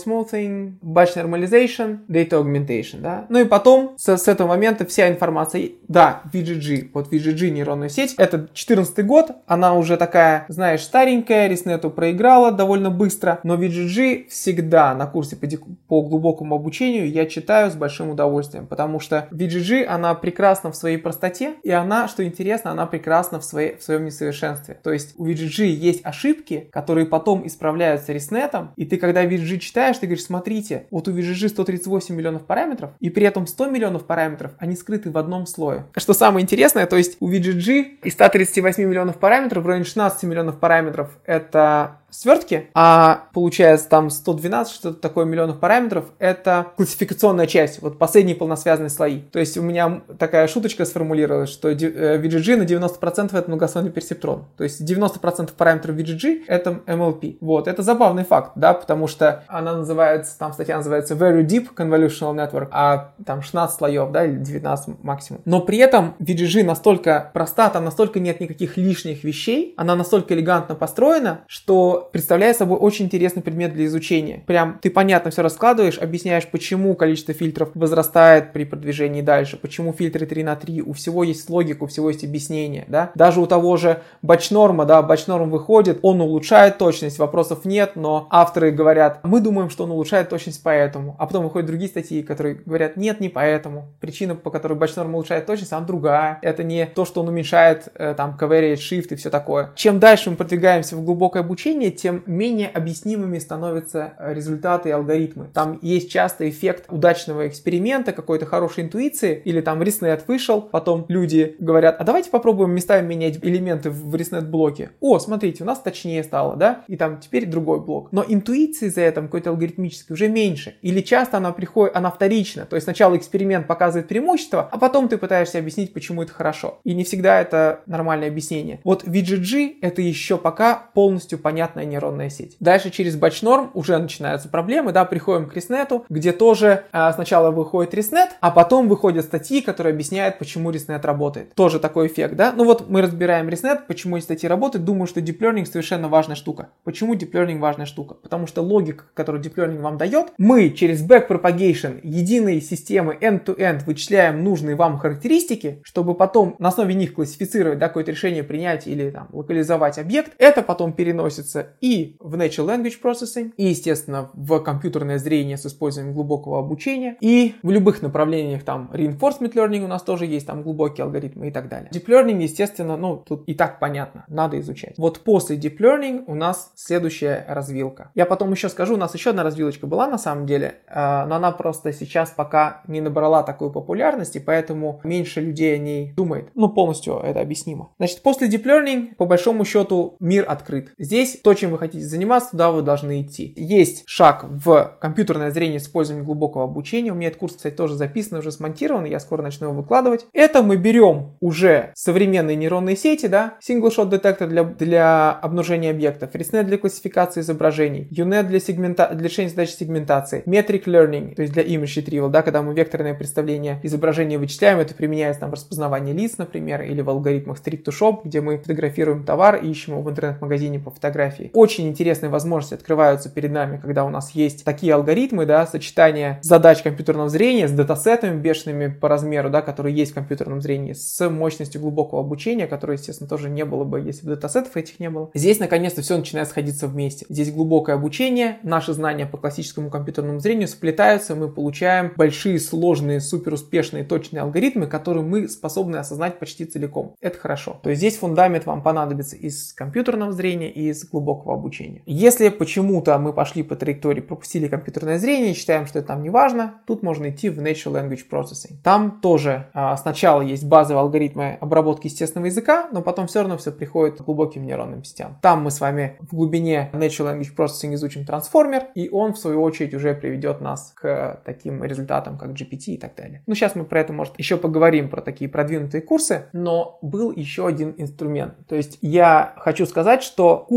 processing, batch normalization, data augmentation, да. Ну и потом с этого момента вся информация, да, VGG, вот VGG нейронная сеть, это 14 год, она уже такая, знаешь, старенькая, ResNet проиграла довольно быстро, но VGG всегда на курсе по глубокому обучению я читаю с большим удовольствием, потому что VGG, она прекрасна в своей простоте, и она, что интересно, она прекрасна в своем несовершенстве. То есть у VGG есть ошибки, которые потом исправляются ResNet, и ты, когда VGG читаешь, ты говоришь, смотрите, вот у VGG 138 миллионов параметров, и при этом 100 миллионов параметров, они скрыты в одном слое. Что самое интересное, то есть у VGG из 138 миллионов параметров в районе 16 миллионов параметров это свертки, а получается там 112, что-то такое миллионов параметров, это классификационная часть, вот последние полносвязанные слои. То есть у меня такая шуточка сформулировалась, что VGG на 90% это многослойный персептрон. То есть 90% параметров VGG это MLP. Вот, это забавный факт, да, потому что она называется, там статья называется Very Deep Convolutional Network, а там 16 слоев, да, или 19 максимум. Но при этом VGG настолько проста, там настолько нет никаких лишних вещей, она настолько элегантно построена, что представляет собой очень интересный предмет для изучения. Прям ты понятно все раскладываешь, объясняешь, почему количество фильтров возрастает при продвижении дальше, почему фильтры 3 на 3, у всего есть логика, у всего есть объяснение, да. Даже у того же батч-норма, да, батч-норм выходит, он улучшает точность, вопросов нет, но авторы говорят, мы думаем, что он улучшает точность поэтому, а потом выходят другие статьи, которые говорят, нет, не поэтому. Причина, по которой батч-норм улучшает точность, она другая. Это не то, что он уменьшает там covariate shift и все такое. Чем дальше мы продвигаемся в глубокое обучение, тем менее объяснимыми становятся результаты и алгоритмы. Там есть часто эффект удачного эксперимента, какой-то хорошей интуиции, или там ResNet вышел, потом люди говорят, а давайте попробуем местами менять элементы в ResNet блоке. О, смотрите, у нас точнее стало, да? И там теперь другой блок. Но интуиции за это какой-то алгоритмической уже меньше. Или часто она приходит, она вторична. То есть сначала эксперимент показывает преимущество, а потом ты пытаешься объяснить, почему это хорошо. И не всегда это нормальное объяснение. Вот VGG это еще пока полностью понятная нейронная сеть. Дальше через batch-norm уже начинаются проблемы, да, приходим к ResNet, где тоже сначала выходит ResNet, а потом выходят статьи, которые объясняют, почему ResNet работает. Тоже такой эффект, да. Ну вот мы разбираем ResNet, почему эти статьи работают, думаю, что Deep Learning совершенно важная штука. Почему Deep Learning важная штука? Потому что логика, которую Deep Learning вам дает, мы через backpropagation единой системы end-to-end вычисляем нужные вам характеристики, чтобы потом на основе них классифицировать, да, какое-то решение принять или там локализовать объект. Это потом переносится и в Natural Language Processing, и, естественно, в компьютерное зрение с использованием глубокого обучения, и в любых направлениях, там, Reinforcement Learning у нас тоже есть, там, глубокие алгоритмы и так далее. Deep Learning, естественно, ну, тут и так понятно, надо изучать. Вот после Deep Learning у нас следующая развилка. Я потом еще скажу, у нас еще одна развилочка была на самом деле, но она просто сейчас пока не набрала такой популярности, поэтому меньше людей о ней думает. Ну, полностью это объяснимо. Значит, после Deep Learning, по большому счету, мир открыт. Здесь то, чем вы хотите заниматься, туда вы должны идти. Есть шаг в компьютерное зрение с использованием глубокого обучения. У меня этот курс, кстати, тоже записан, уже смонтирован, я скоро начну его выкладывать. Это мы берем уже современные нейронные сети, да, single-shot детектор для обнаружения объектов, ResNet для классификации изображений, UNet для решения задач сегментации, Metric Learning, то есть для image retrieval, да, когда мы векторное представление изображения вычисляем, это применяется там в распознавании лиц, например, или в алгоритмах Strip-to-Shop, где мы фотографируем товар и ищем его в интернет-магазине по фотографии. Очень интересные возможности открываются перед нами, когда у нас есть такие алгоритмы, да, сочетание задач компьютерного зрения с датасетами бешеными по размеру, да, которые есть в компьютерном зрении, с мощностью глубокого обучения, которой, естественно, тоже не было бы, если бы датасетов этих не было. Здесь, наконец-то, все начинает сходиться вместе. Здесь глубокое обучение, наши знания по классическому компьютерному зрению сплетаются, мы получаем большие, сложные, суперуспешные, точные алгоритмы, которые мы способны осознать почти целиком. Это хорошо. То есть здесь фундамент вам понадобится из компьютерного зрения и из глубокого обучения. Если почему-то мы пошли по траектории, пропустили компьютерное зрение, считаем, что это там не важно, тут можно идти в Natural Language Processing. Там тоже сначала есть базовые алгоритмы обработки естественного языка, но потом все равно все приходит к глубоким нейронным сетям. Там мы с вами в глубине Natural Language Processing изучим трансформер, и он в свою очередь уже приведет нас к таким результатам, как GPT и так далее. Ну, сейчас мы про это, может, еще поговорим, про такие продвинутые курсы, но был еще один инструмент. То есть я хочу сказать, что курсы,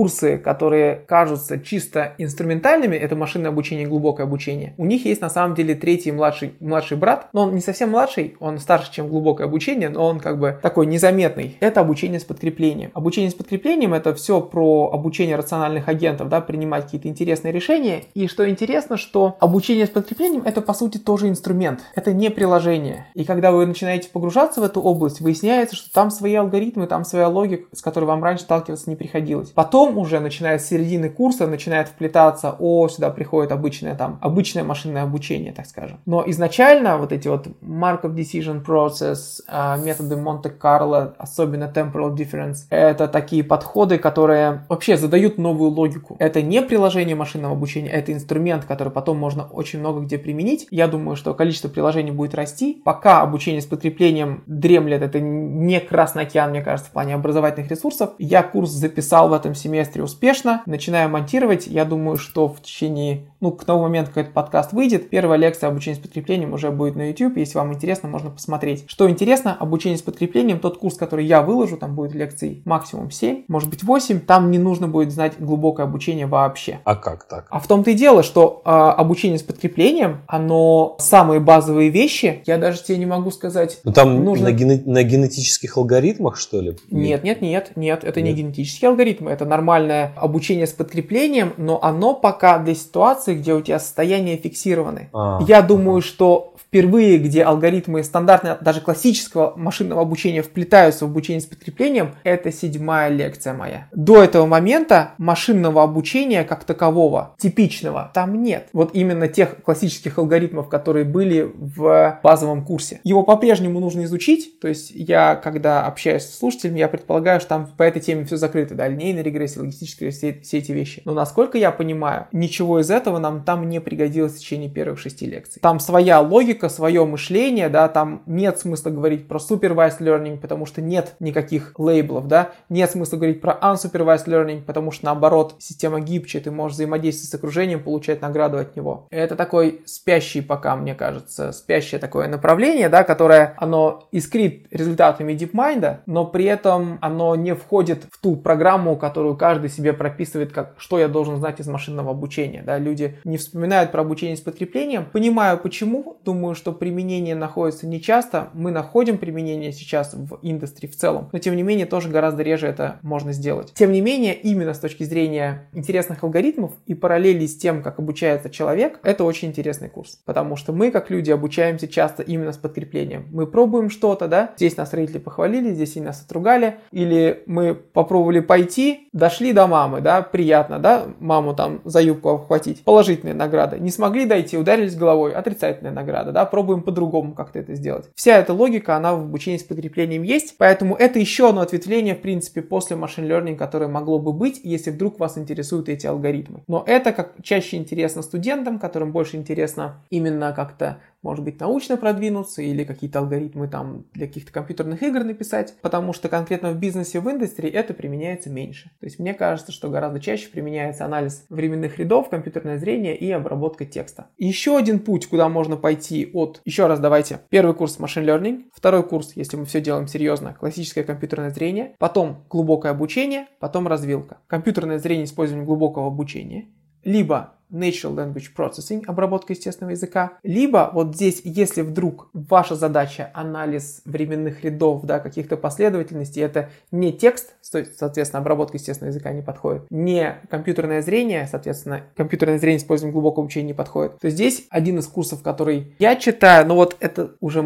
которые кажутся чисто инструментальными, это машинное обучение и глубокое обучение, у них есть на самом деле третий младший брат, но он не совсем младший, он старше, чем глубокое обучение, но он как бы такой незаметный. Это обучение с подкреплением. Обучение с подкреплением — это все про обучение рациональных агентов, да, принимать какие-то интересные решения. И что интересно, что обучение с подкреплением — это по сути тоже инструмент, это не приложение. И когда вы начинаете погружаться в эту область, выясняется, что там свои алгоритмы, там своя логика, с которой вам раньше сталкиваться не приходилось. Потом уже, начиная с середины курса, начинает вплетаться, сюда приходит обычное машинное обучение, так скажем. Но изначально вот эти вот Markov Decision Process, методы Монте-Карло, особенно Temporal Difference, это такие подходы, которые вообще задают новую логику. Это не приложение машинного обучения, это инструмент, который потом можно очень много где применить. Я думаю, что количество приложений будет расти. Пока обучение с подкреплением дремлет, это не Красный океан, мне кажется, в плане образовательных ресурсов. Я курс записал в этом семестре успешно. Начинаю монтировать. Я думаю, что в течение, к тому моменту, как этот подкаст выйдет, первая лекция обучения с подкреплением уже будет на YouTube. Если вам интересно, можно посмотреть. Что интересно, обучение с подкреплением, тот курс, который я выложу, там будет лекций максимум 7, может быть 8. Там не нужно будет знать глубокое обучение вообще. А как так? А в том-то и дело, что обучение с подкреплением, оно самые базовые вещи, я даже тебе не могу сказать. Там нужно... на генетических алгоритмах, что ли? Нет, это не генетические алгоритмы, это нормальное обучение с подкреплением, но оно пока для ситуации, где у тебя состояния фиксированы. Я думаю, что впервые, где алгоритмы стандартные, даже классического машинного обучения вплетаются в обучение с подкреплением, это 7-я лекция моя. До этого момента машинного обучения как такового, типичного, там нет. Вот именно тех классических алгоритмов, которые были в базовом курсе. Его по-прежнему нужно изучить, то есть я, когда общаюсь с слушателями, я предполагаю, что там по этой теме все закрыто, да, линейная регрессия, логистическая, все эти вещи. Но насколько я понимаю, ничего из этого нам там не пригодилось в течение первых 6 лекций. Там своя логика, свое мышление, да, там нет смысла говорить про supervised learning, потому что нет никаких лейблов, да, нет смысла говорить про unsupervised learning, потому что наоборот, система гибче, ты можешь взаимодействовать с окружением, получать награду от него. Это такой спящий пока, мне кажется, спящее такое направление, да, которое, оно искрит результатами DeepMind, но при этом оно не входит в ту программу, которую каждый себе прописывает, как что я должен знать из машинного обучения, да, люди не вспоминают про обучение с подкреплением. Понимаю почему, думаю, что применение находится нечасто, мы находим применение сейчас в индустрии в целом, но тем не менее тоже гораздо реже это можно сделать. Тем не менее, именно с точки зрения интересных алгоритмов и параллели с тем, как обучается человек, это очень интересный курс, потому что мы, как люди, обучаемся часто именно с подкреплением. Мы пробуем что-то, да, здесь нас родители похвалили, здесь они нас отругали, или мы попробовали пойти, дошли до мамы, да, приятно, да, маму там за юбку обхватить, положительная награда, не смогли дойти, ударились головой, отрицательная награда, да, пробуем по-другому как-то это сделать. Вся эта логика, она в обучении с подкреплением есть, поэтому это еще одно ответвление, в принципе, после машин learning, которое могло бы быть, если вдруг вас интересуют эти алгоритмы. Но это как чаще интересно студентам, которым больше интересно именно как-то, может быть, научно продвинуться или какие-то алгоритмы там для каких-то компьютерных игр написать, потому что конкретно в бизнесе, в индустрии это применяется меньше. То есть мне кажется, что гораздо чаще применяется анализ временных рядов, компьютерное зрение и обработка текста. Еще один путь, куда можно пойти еще раз давайте, первый курс Machine Learning, второй курс, если мы все делаем серьезно, классическое компьютерное зрение, потом глубокое обучение, потом развилка. Компьютерное зрение использование глубокого обучения, либо Natural Language Processing, обработка естественного языка, либо вот здесь, если вдруг ваша задача анализ временных рядов, да, каких-то последовательностей, это не текст, соответственно, обработка естественного языка не подходит, не компьютерное зрение, соответственно, компьютерное зрение использованием глубокого обучения не подходит, то здесь один из курсов, который я читаю, но вот это уже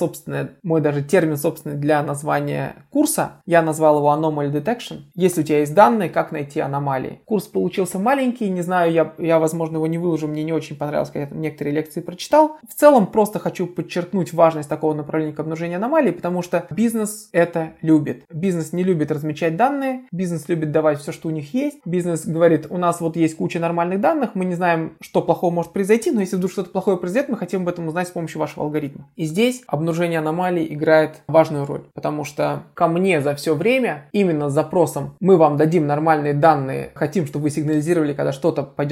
мой даже термин собственный для названия курса, я назвал его Anomaly Detection. Если у тебя есть данные, как найти аномалии. Курс получился маленький, не знаю, я возможно, его не выложу, мне не очень понравилось, когда я там некоторые лекции прочитал. В целом, просто хочу подчеркнуть важность такого направления, как обнаружение аномалий, потому что бизнес это любит. Бизнес не любит размечать данные, бизнес любит давать все, что у них есть. Бизнес говорит, у нас вот есть куча нормальных данных, мы не знаем, что плохого может произойти, но если вдруг что-то плохое произойдет, мы хотим об этом узнать с помощью вашего алгоритма. И здесь обнаружение аномалий играет важную роль, потому что ко мне за все время, именно с запросом, мы вам дадим нормальные данные, хотим, чтобы вы сигнализировали, когда что-то пойдет не так,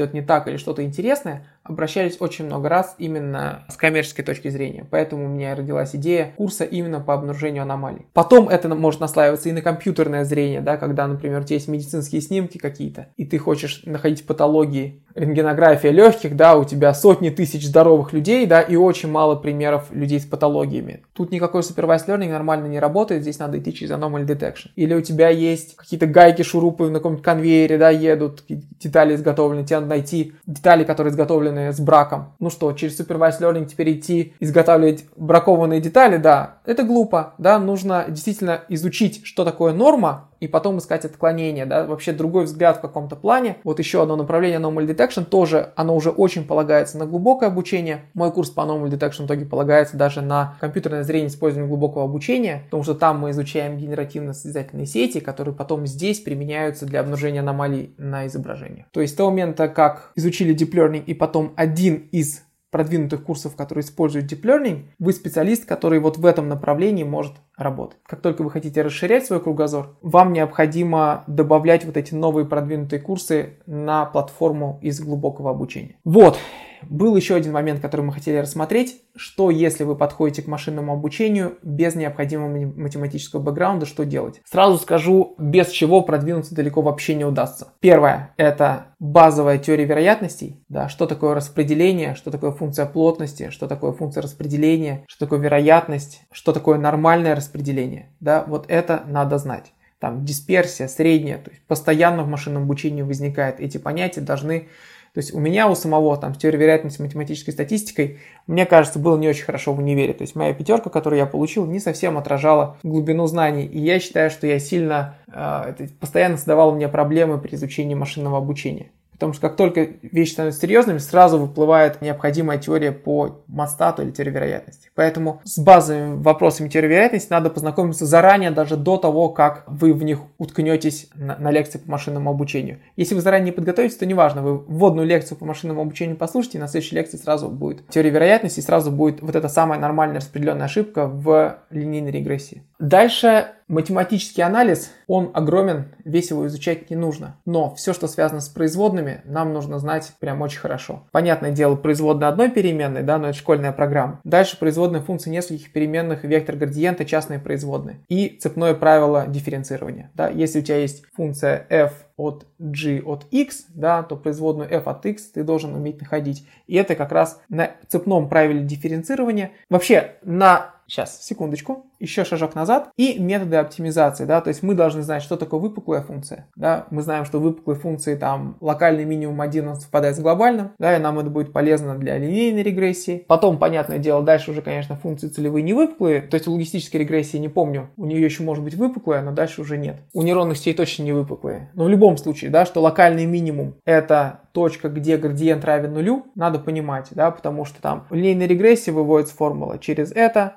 или что-то интересное, обращались очень много раз именно с коммерческой точки зрения. Поэтому у меня родилась идея курса именно по обнаружению аномалий. Потом это может наслаиваться и на компьютерное зрение, да, когда, например, у тебя есть медицинские снимки какие-то, и ты хочешь находить патологии, рентгенография легких, да, у тебя сотни тысяч здоровых людей, да, и очень мало примеров людей с патологиями. Тут никакой supervised learning нормально не работает, здесь надо идти через anomaly detection. Или у тебя есть какие-то гайки, шурупы на каком-нибудь конвейере, да, едут, детали изготовлены, тебе надо найти детали, которые изготовлены с браком. Ну что, через supervised learning теперь идти изготавливать бракованные детали, да, это глупо, да, нужно действительно изучить, что такое норма, и потом искать отклонения, да, вообще другой взгляд в каком-то плане. Вот еще одно направление Anomaly Detection, тоже оно уже очень полагается на глубокое обучение. Мой курс по Anomaly Detection в итоге полагается даже на компьютерное зрение с использованием глубокого обучения, потому что там мы изучаем генеративно-состязательные сети, которые потом здесь применяются для обнаружения аномалий на изображениях. То есть с того момента, как изучили Deep Learning и потом один из продвинутых курсов, которые используют Deep Learning, вы специалист, который вот в этом направлении может работать. Как только вы хотите расширять свой кругозор, вам необходимо добавлять вот эти новые продвинутые курсы на платформу из глубокого обучения. Вот. Был еще один момент, который мы хотели рассмотреть. Что, если вы подходите к машинному обучению без необходимого математического бэкграунда, что делать? Сразу скажу, без чего продвинуться далеко вообще не удастся. Первое – это базовая теория вероятностей. Да, что такое распределение, что такое функция плотности, что такое функция распределения, что такое вероятность, что такое нормальное распределение. Да, вот это надо знать. Там дисперсия, средняя, то есть постоянно в машинном обучении возникает. Эти понятия должны... То есть у меня, у самого, там, с теорией вероятности, математической статистикой, мне кажется, было не очень хорошо в универе. То есть моя пятерка, которую я получил, не совсем отражала глубину знаний. И я считаю, что я сильно, постоянно создавал мне проблемы при изучении машинного обучения. Потому что как только вещи становятся серьезными, сразу выплывает необходимая теория по Мастату или теории вероятности. Поэтому с базовыми вопросами теории вероятности надо познакомиться заранее, даже до того, как вы в них уткнетесь на лекции по машинному обучению. Если вы заранее не подготовитесь, то неважно, вы вводную лекцию по машинному обучению послушайте, и на следующей лекции сразу будет теория вероятности, и сразу будет вот эта самая нормальная распределенная ошибка в линейной регрессии. Дальше математический анализ, он огромен, весь его изучать не нужно. Но все, что связано с производными, нам нужно знать прям очень хорошо. Понятное дело, производная одной переменной, да, но это школьная программа. Дальше производная функции нескольких переменных, вектор градиента, частные производные. И цепное правило дифференцирования. Да. Если у тебя есть функция f от g от x, да, то производную f от x ты должен уметь находить. И это как раз на цепном правиле дифференцирования. Вообще, сейчас, секундочку, еще шажок назад. И методы оптимизации, да, то есть мы должны знать, что такое выпуклая функция, да, мы знаем, что выпуклые функции, там, локальный минимум 1 он совпадает с глобальным, да, и нам это будет полезно для линейной регрессии. Потом, понятное дело, дальше уже, конечно, функции целевые не выпуклые, то есть у логистической регрессии, не помню, у нее еще может быть выпуклая, но дальше уже нет. У нейронных сетей точно не выпуклые. Но в любом случае, да, что локальный минимум это точка, где градиент равен нулю, надо понимать, да, потому что там в линейной регрессии выводится формула через это,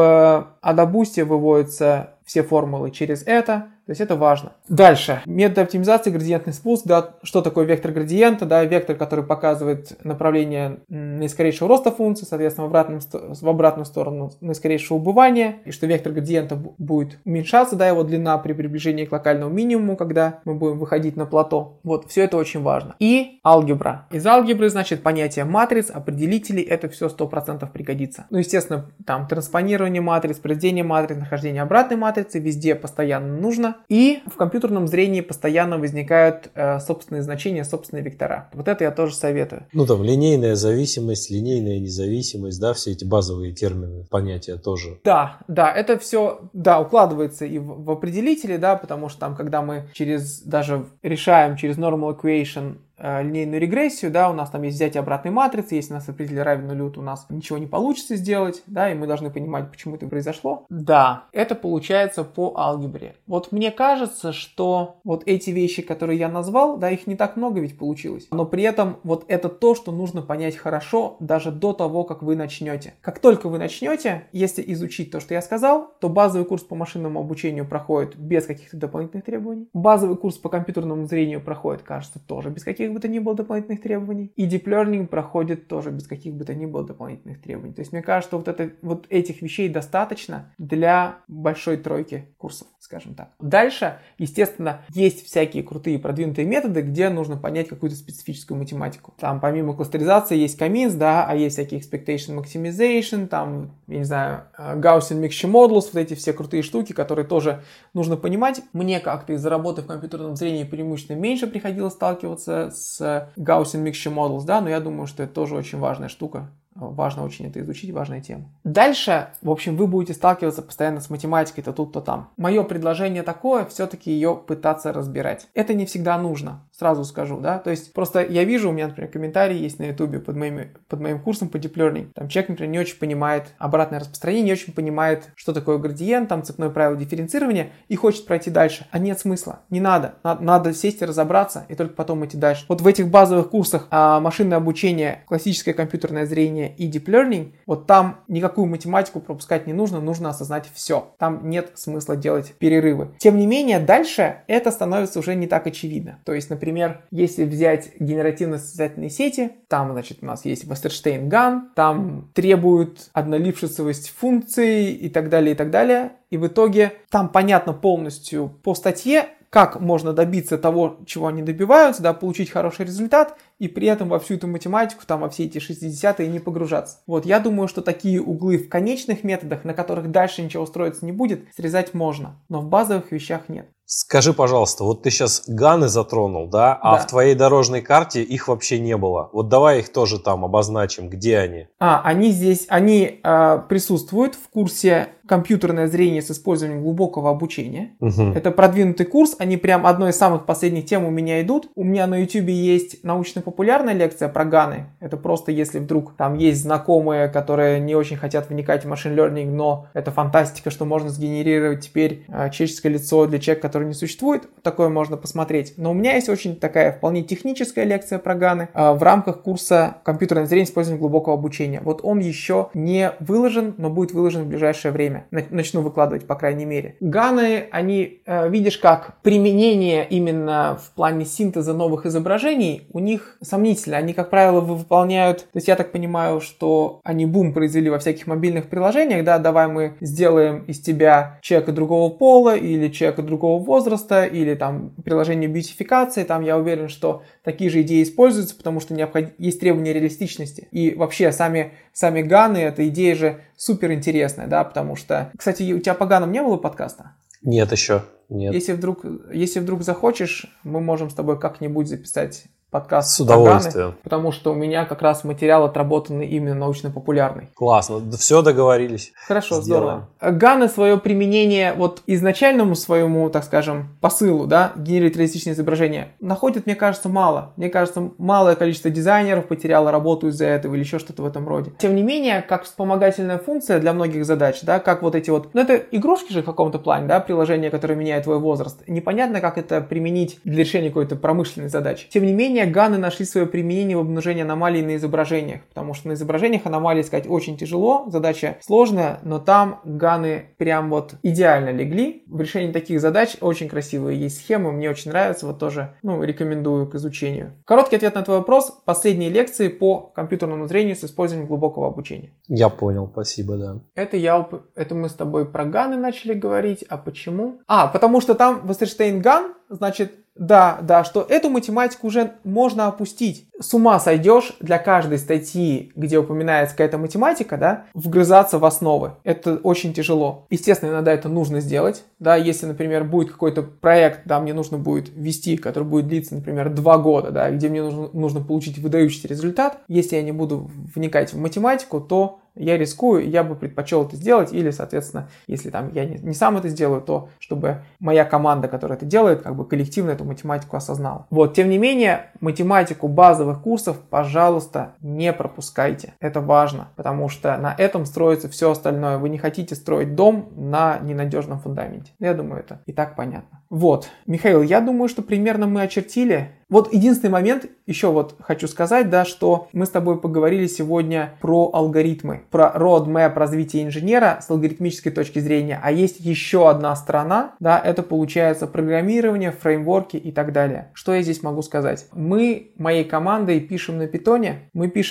в AdaBoost выводятся все формулы через это, то есть это важно. Дальше. Методы оптимизации, градиентный спуск, да, что такое вектор градиента, да, вектор, который показывает направление наискорейшего роста функции, соответственно, в обратную сторону наискорейшего убывания, и что вектор градиента будет уменьшаться, да, его длина при приближении к локальному минимуму, когда мы будем выходить на плато. Вот, все это очень важно. И алгебра. Из алгебры, значит, понятие матриц, определителей, это все 100% пригодится. Ну, естественно, там транспонирование матриц, произведение матриц, нахождение обратной матрицы, везде постоянно нужно. И в компьютерном зрении постоянно возникают собственные значения, собственные вектора. Вот это я тоже советую. Ну там линейная зависимость, линейная независимость, да, все эти базовые термины, понятия тоже. Да, это все, да, укладывается и в определители, да, потому что там, когда мы даже решаем через normal equation линейную регрессию, да, у нас там есть взятие обратной матрицы, если у нас определитель равен нулю, то у нас ничего не получится сделать, да, и мы должны понимать, почему это произошло. Да, это получается по алгебре. Вот мне кажется, что вот эти вещи, которые я назвал, да, их не так много ведь получилось, но при этом вот это то, что нужно понять хорошо даже до того, как вы начнете. Как только вы начнете, если изучить то, что я сказал, то базовый курс по машинному обучению проходит без каких-то дополнительных требований. Базовый курс по компьютерному зрению проходит, кажется, тоже без каких каких бы то ни было дополнительных требований. И Deep Learning проходит тоже без каких бы то ни было дополнительных требований. То есть мне кажется, вот этих вещей достаточно для большой тройки курсов, скажем так. Дальше, естественно, есть всякие крутые продвинутые методы, где нужно понять какую-то специфическую математику. Там помимо кластеризации есть Каминс, да, а есть всякие expectation maximization, там, я не знаю, Gaussian mixture modulus, вот эти все крутые штуки, которые тоже нужно понимать. Мне как-то из-за работы в компьютерном зрении преимущественно меньше приходилось сталкиваться с Gaussian mixture modulus, да, но я думаю, что это тоже очень важная штука. Важно очень это изучить, важная тема. Дальше, в общем, вы будете сталкиваться постоянно с математикой то тут, то там. Мое предложение такое, все-таки ее пытаться разбирать. Это не всегда нужно, сразу скажу, да. То есть просто я вижу, у меня, например, комментарии есть на ютубе под моим курсом по Deep Learning. Там человек, например, не очень понимает обратное распространение, не очень понимает, что такое градиент, там цепное правило дифференцирования и хочет пройти дальше. А нет смысла, не надо. Надо сесть и разобраться, и только потом идти дальше. Вот в этих базовых курсах машинное обучение, классическое компьютерное зрение и Deep Learning, вот там никакую математику пропускать не нужно, нужно осознать все. Там нет смысла делать перерывы. Тем не менее, дальше это становится уже не так очевидно. То есть, например, если взять генеративно-состязательные сети, там, значит, у нас есть Wasserstein-Gunn, там требуют однолившицевость функций и так далее, и так далее. И в итоге там понятно полностью по статье, как можно добиться того, чего они добиваются, да, получить хороший результат, и при этом во всю эту математику, там, во все эти 60-е не погружаться. Вот, я думаю, что такие углы в конечных методах, на которых дальше ничего строиться не будет, срезать можно, но в базовых вещах нет. Скажи, пожалуйста, вот ты сейчас ганы затронул, да? А в твоей дорожной карте их вообще не было. Вот давай их тоже там обозначим, где они? Они здесь, присутствуют в курсе «Компьютерное зрение с использованием глубокого обучения». Это продвинутый курс, они прям одной из самых последних тем у меня идут. У меня на YouTube есть научно-популярная лекция про ганы. Это просто если вдруг там есть знакомые, которые не очень хотят вникать в машин learning, но это фантастика, что можно сгенерировать теперь человеческое лицо для человека, который не существует. Такое можно посмотреть. Но у меня есть очень такая вполне техническая лекция про ганы в рамках курса «Компьютерное зрение с использованием глубокого обучения». Вот он еще не выложен, но будет выложен в ближайшее время. Начну выкладывать, по крайней мере. Ганы, они, видишь, как применение именно в плане синтеза новых изображений, у них сомнительно. Они, как правило, выполняют... То есть я так понимаю, что они бум произвели во всяких мобильных приложениях, да, давай мы сделаем из тебя человека другого пола или человека другого возраста, или там приложение бьютификации, там я уверен, что такие же идеи используются, потому что есть требования реалистичности. И вообще сами ганы, эта идея же супер интересная, да, потому что... Кстати, у тебя по ганам не было подкаста? Нет еще, нет. Если вдруг захочешь, мы можем с тобой как-нибудь записать подкаст с удовольствием. Ганы, потому что у меня как раз материал отработанный именно научно-популярный. Классно, все договорились. Хорошо, сделаем. Здорово. Ганы свое применение вот изначальному своему, так скажем, посылу, да, генерировать реалистичные изображения, находят, мне кажется, мало. Мне кажется, малое количество дизайнеров потеряло работу из-за этого или еще что-то в этом роде. Тем не менее, как вспомогательная функция для многих задач, да, как вот эти вот, это игрушки же в каком-то плане, да, приложение, которое меняет твой возраст. Непонятно, как это применить для решения какой-то промышленной задачи. Тем не менее, ганы нашли свое применение в обнаружении аномалий на изображениях, потому что на изображениях аномалии искать очень тяжело, задача сложная, но там ганы прям вот идеально легли. В решении таких задач очень красивые есть схемы, мне очень нравятся, вот тоже, рекомендую к изучению. Короткий ответ на твой вопрос. Последние лекции по компьютерному зрению с использованием глубокого обучения. Я понял, спасибо, да. Это мы с тобой про ганы начали говорить, а почему? Потому что там Wasserstein-Gunn, значит, да, что эту математику уже можно опустить. С ума сойдешь для каждой статьи, где упоминается какая-то математика, да, вгрызаться в основы. Это очень тяжело. Естественно, иногда это нужно сделать. Да, если, например, будет какой-то проект, да, мне нужно будет вести, который будет длиться, например, 2 года, да, где мне нужно получить выдающийся результат. Если я не буду вникать в математику, то я рискую, я бы предпочел это сделать, или, соответственно, если там я не сам это сделаю, то чтобы моя команда, которая это делает, как бы коллективно эту математику осознала. Вот, тем не менее, математику базовых курсов, пожалуйста, не пропускайте. Это важно, потому что на этом строится все остальное. Вы не хотите строить дом на ненадежном фундаменте. Я думаю, это и так понятно. Вот, Михаил, я думаю, что примерно мы очертили Вот единственный момент, еще вот хочу сказать, да, что мы с тобой поговорили сегодня про алгоритмы, про roadmap развития инженера с алгоритмической точки зрения, а есть еще одна сторона, да, это получается программирование, фреймворки и так далее. Что я здесь могу сказать? Мы моей командой пишем на питоне,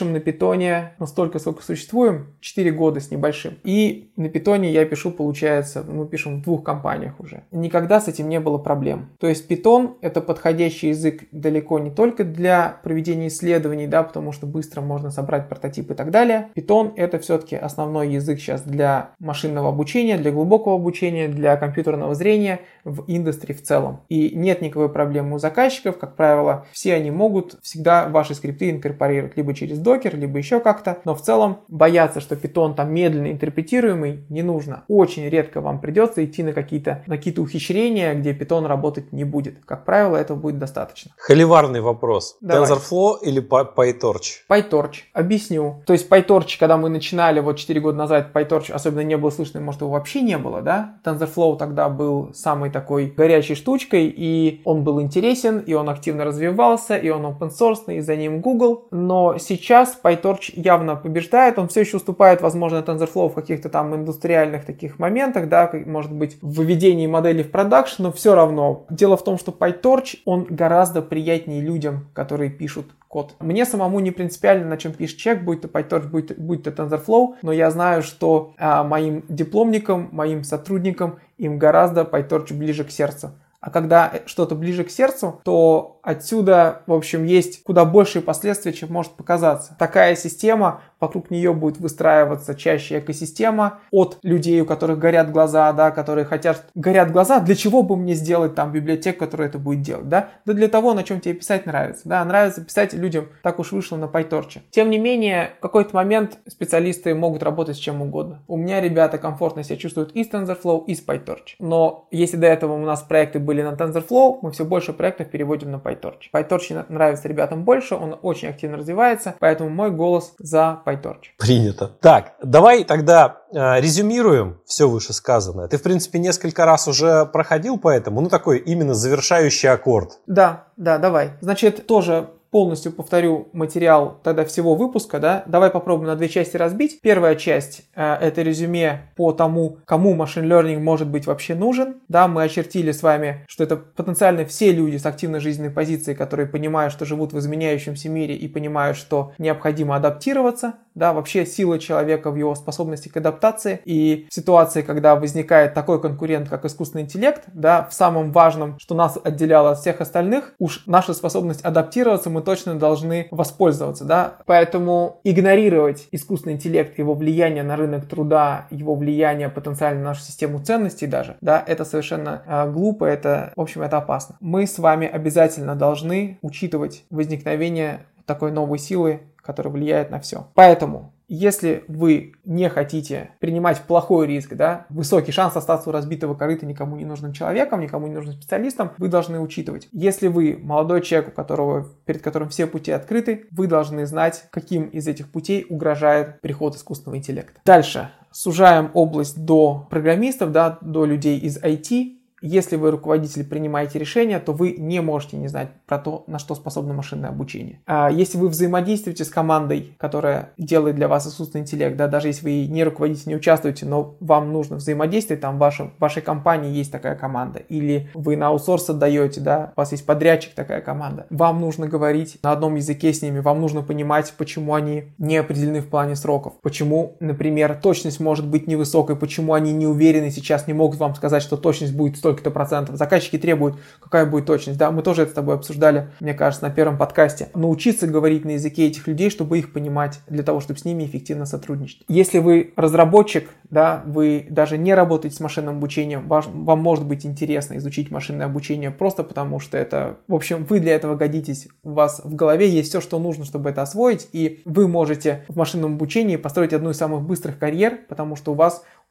столько, сколько существуем, 4 года с небольшим, и на питоне я пишу, получается, мы пишем в 2 компаниях уже. Никогда с этим не было проблем. То есть Python — это подходящий язык далеко не только для проведения исследований, да, потому что быстро можно собрать прототип и так далее. Python — это все-таки основной язык сейчас для машинного обучения, для глубокого обучения, для компьютерного зрения в индустрии в целом. И нет никакой проблемы у заказчиков. Как правило, все они могут всегда ваши скрипты инкорпорировать либо через Docker, либо еще как-то. Но в целом бояться, что Python там медленно интерпретируемый, не нужно. Очень редко вам придется идти на какие-то ухищрения, где Python работать не будет. Как правило, этого будет достаточно. Холиварный вопрос. Давай. TensorFlow или PyTorch? PyTorch. Объясню. То есть PyTorch, когда мы начинали 4 года назад, PyTorch особенно не было слышно, может, его вообще не было, да? TensorFlow тогда был самой такой горячей штучкой, и он был интересен, и он активно развивался, и он open source, и за ним Google. Но сейчас PyTorch явно побеждает, он все еще уступает, возможно, TensorFlow в каких-то там индустриальных таких моментах, да, может быть, в выведении модели в продакшн, но все равно. Дело в том, что PyTorch, он гораздо приятнее людям, которые пишут код. Мне самому не принципиально, на чем пишет человек, будь то PyTorch, будь то TensorFlow, но я знаю, что моим дипломникам, моим сотрудникам, им гораздо PyTorch ближе к сердцу. А когда что-то ближе к сердцу, то отсюда, в общем, есть куда большие последствия, чем может показаться. Такая система, вокруг нее будет выстраиваться чаще экосистема от людей, у которых горят глаза, да, которые горят глаза, для чего бы мне сделать там библиотеку, которая это будет делать, да? Да для того, на чем тебе писать нравится, да, нравится писать людям, так уж вышло на PyTorch. Тем не менее, в какой-то момент специалисты могут работать с чем угодно. У меня ребята комфортно себя чувствуют и с TensorFlow, и с PyTorch. Но если до этого у нас проекты были на TensorFlow, мы все больше проектов переводим на PyTorch. PyTorch нравится ребятам больше, он очень активно развивается, поэтому мой голос за PyTorch. Принято. Так, давай тогда резюмируем все вышесказанное. Ты, в принципе, несколько раз уже проходил по этому, такой именно завершающий аккорд. Да, давай. Значит, тоже полностью повторю материал тогда всего выпуска, да. Давай попробуем на 2 части разбить. Первая часть это резюме по тому, кому машин learning может быть вообще нужен. Да, мы очертили с вами, что это потенциально все люди с активной жизненной позицией, которые понимают, что живут в изменяющемся мире и понимают, что необходимо адаптироваться. Да, вообще сила человека в его способности к адаптации. И в ситуации, когда возникает такой конкурент, как искусственный интеллект, да, в самом важном, что нас отделяло от всех остальных, уж наша способность адаптироваться мы точно должны воспользоваться, да. Поэтому игнорировать искусственный интеллект, его влияние на рынок труда, его влияние потенциально на нашу систему ценностей даже, да, это совершенно глупо, это, в общем, это опасно. Мы с вами обязательно должны учитывать возникновение такой новой силы, которая влияет на все. Поэтому, если вы не хотите принимать плохой риск, да, высокий шанс остаться у разбитого корыта никому не нужным человеком, никому не нужным специалистом, вы должны учитывать. Если вы молодой человек, перед которым все пути открыты, вы должны знать, каким из этих путей угрожает приход искусственного интеллекта. Дальше. Сужаем область до программистов, да, до людей из IT. Если вы руководитель, принимаете решения, то вы не можете не знать про то, на что способно машинное обучение. Если вы взаимодействуете с командой, которая делает для вас искусственный интеллект, да, даже если вы не руководитель, не участвуете, но вам нужно взаимодействовать, там в вашей компании есть такая команда, или вы на аутсорс отдаете, да, у вас есть подрядчик, такая команда, вам нужно говорить на одном языке с ними, вам нужно понимать, почему они не определены в плане сроков, почему, например, точность может быть невысокой, почему они не уверены сейчас, не могут вам сказать, что точность будет столько-то процентов. Заказчики требуют, какая будет точность. Да, мы тоже это с тобой обсуждали, мне кажется, на первом подкасте. Научиться говорить на языке этих людей, чтобы их понимать, для того, чтобы с ними эффективно сотрудничать. Если вы разработчик, да, вы даже не работаете с машинным обучением, вам может быть интересно изучить машинное обучение просто потому, что это, в общем, вы для этого годитесь. У вас в голове есть все, что нужно, чтобы это освоить, и вы можете в машинном обучении построить одну из самых быстрых карьер, потому что у вас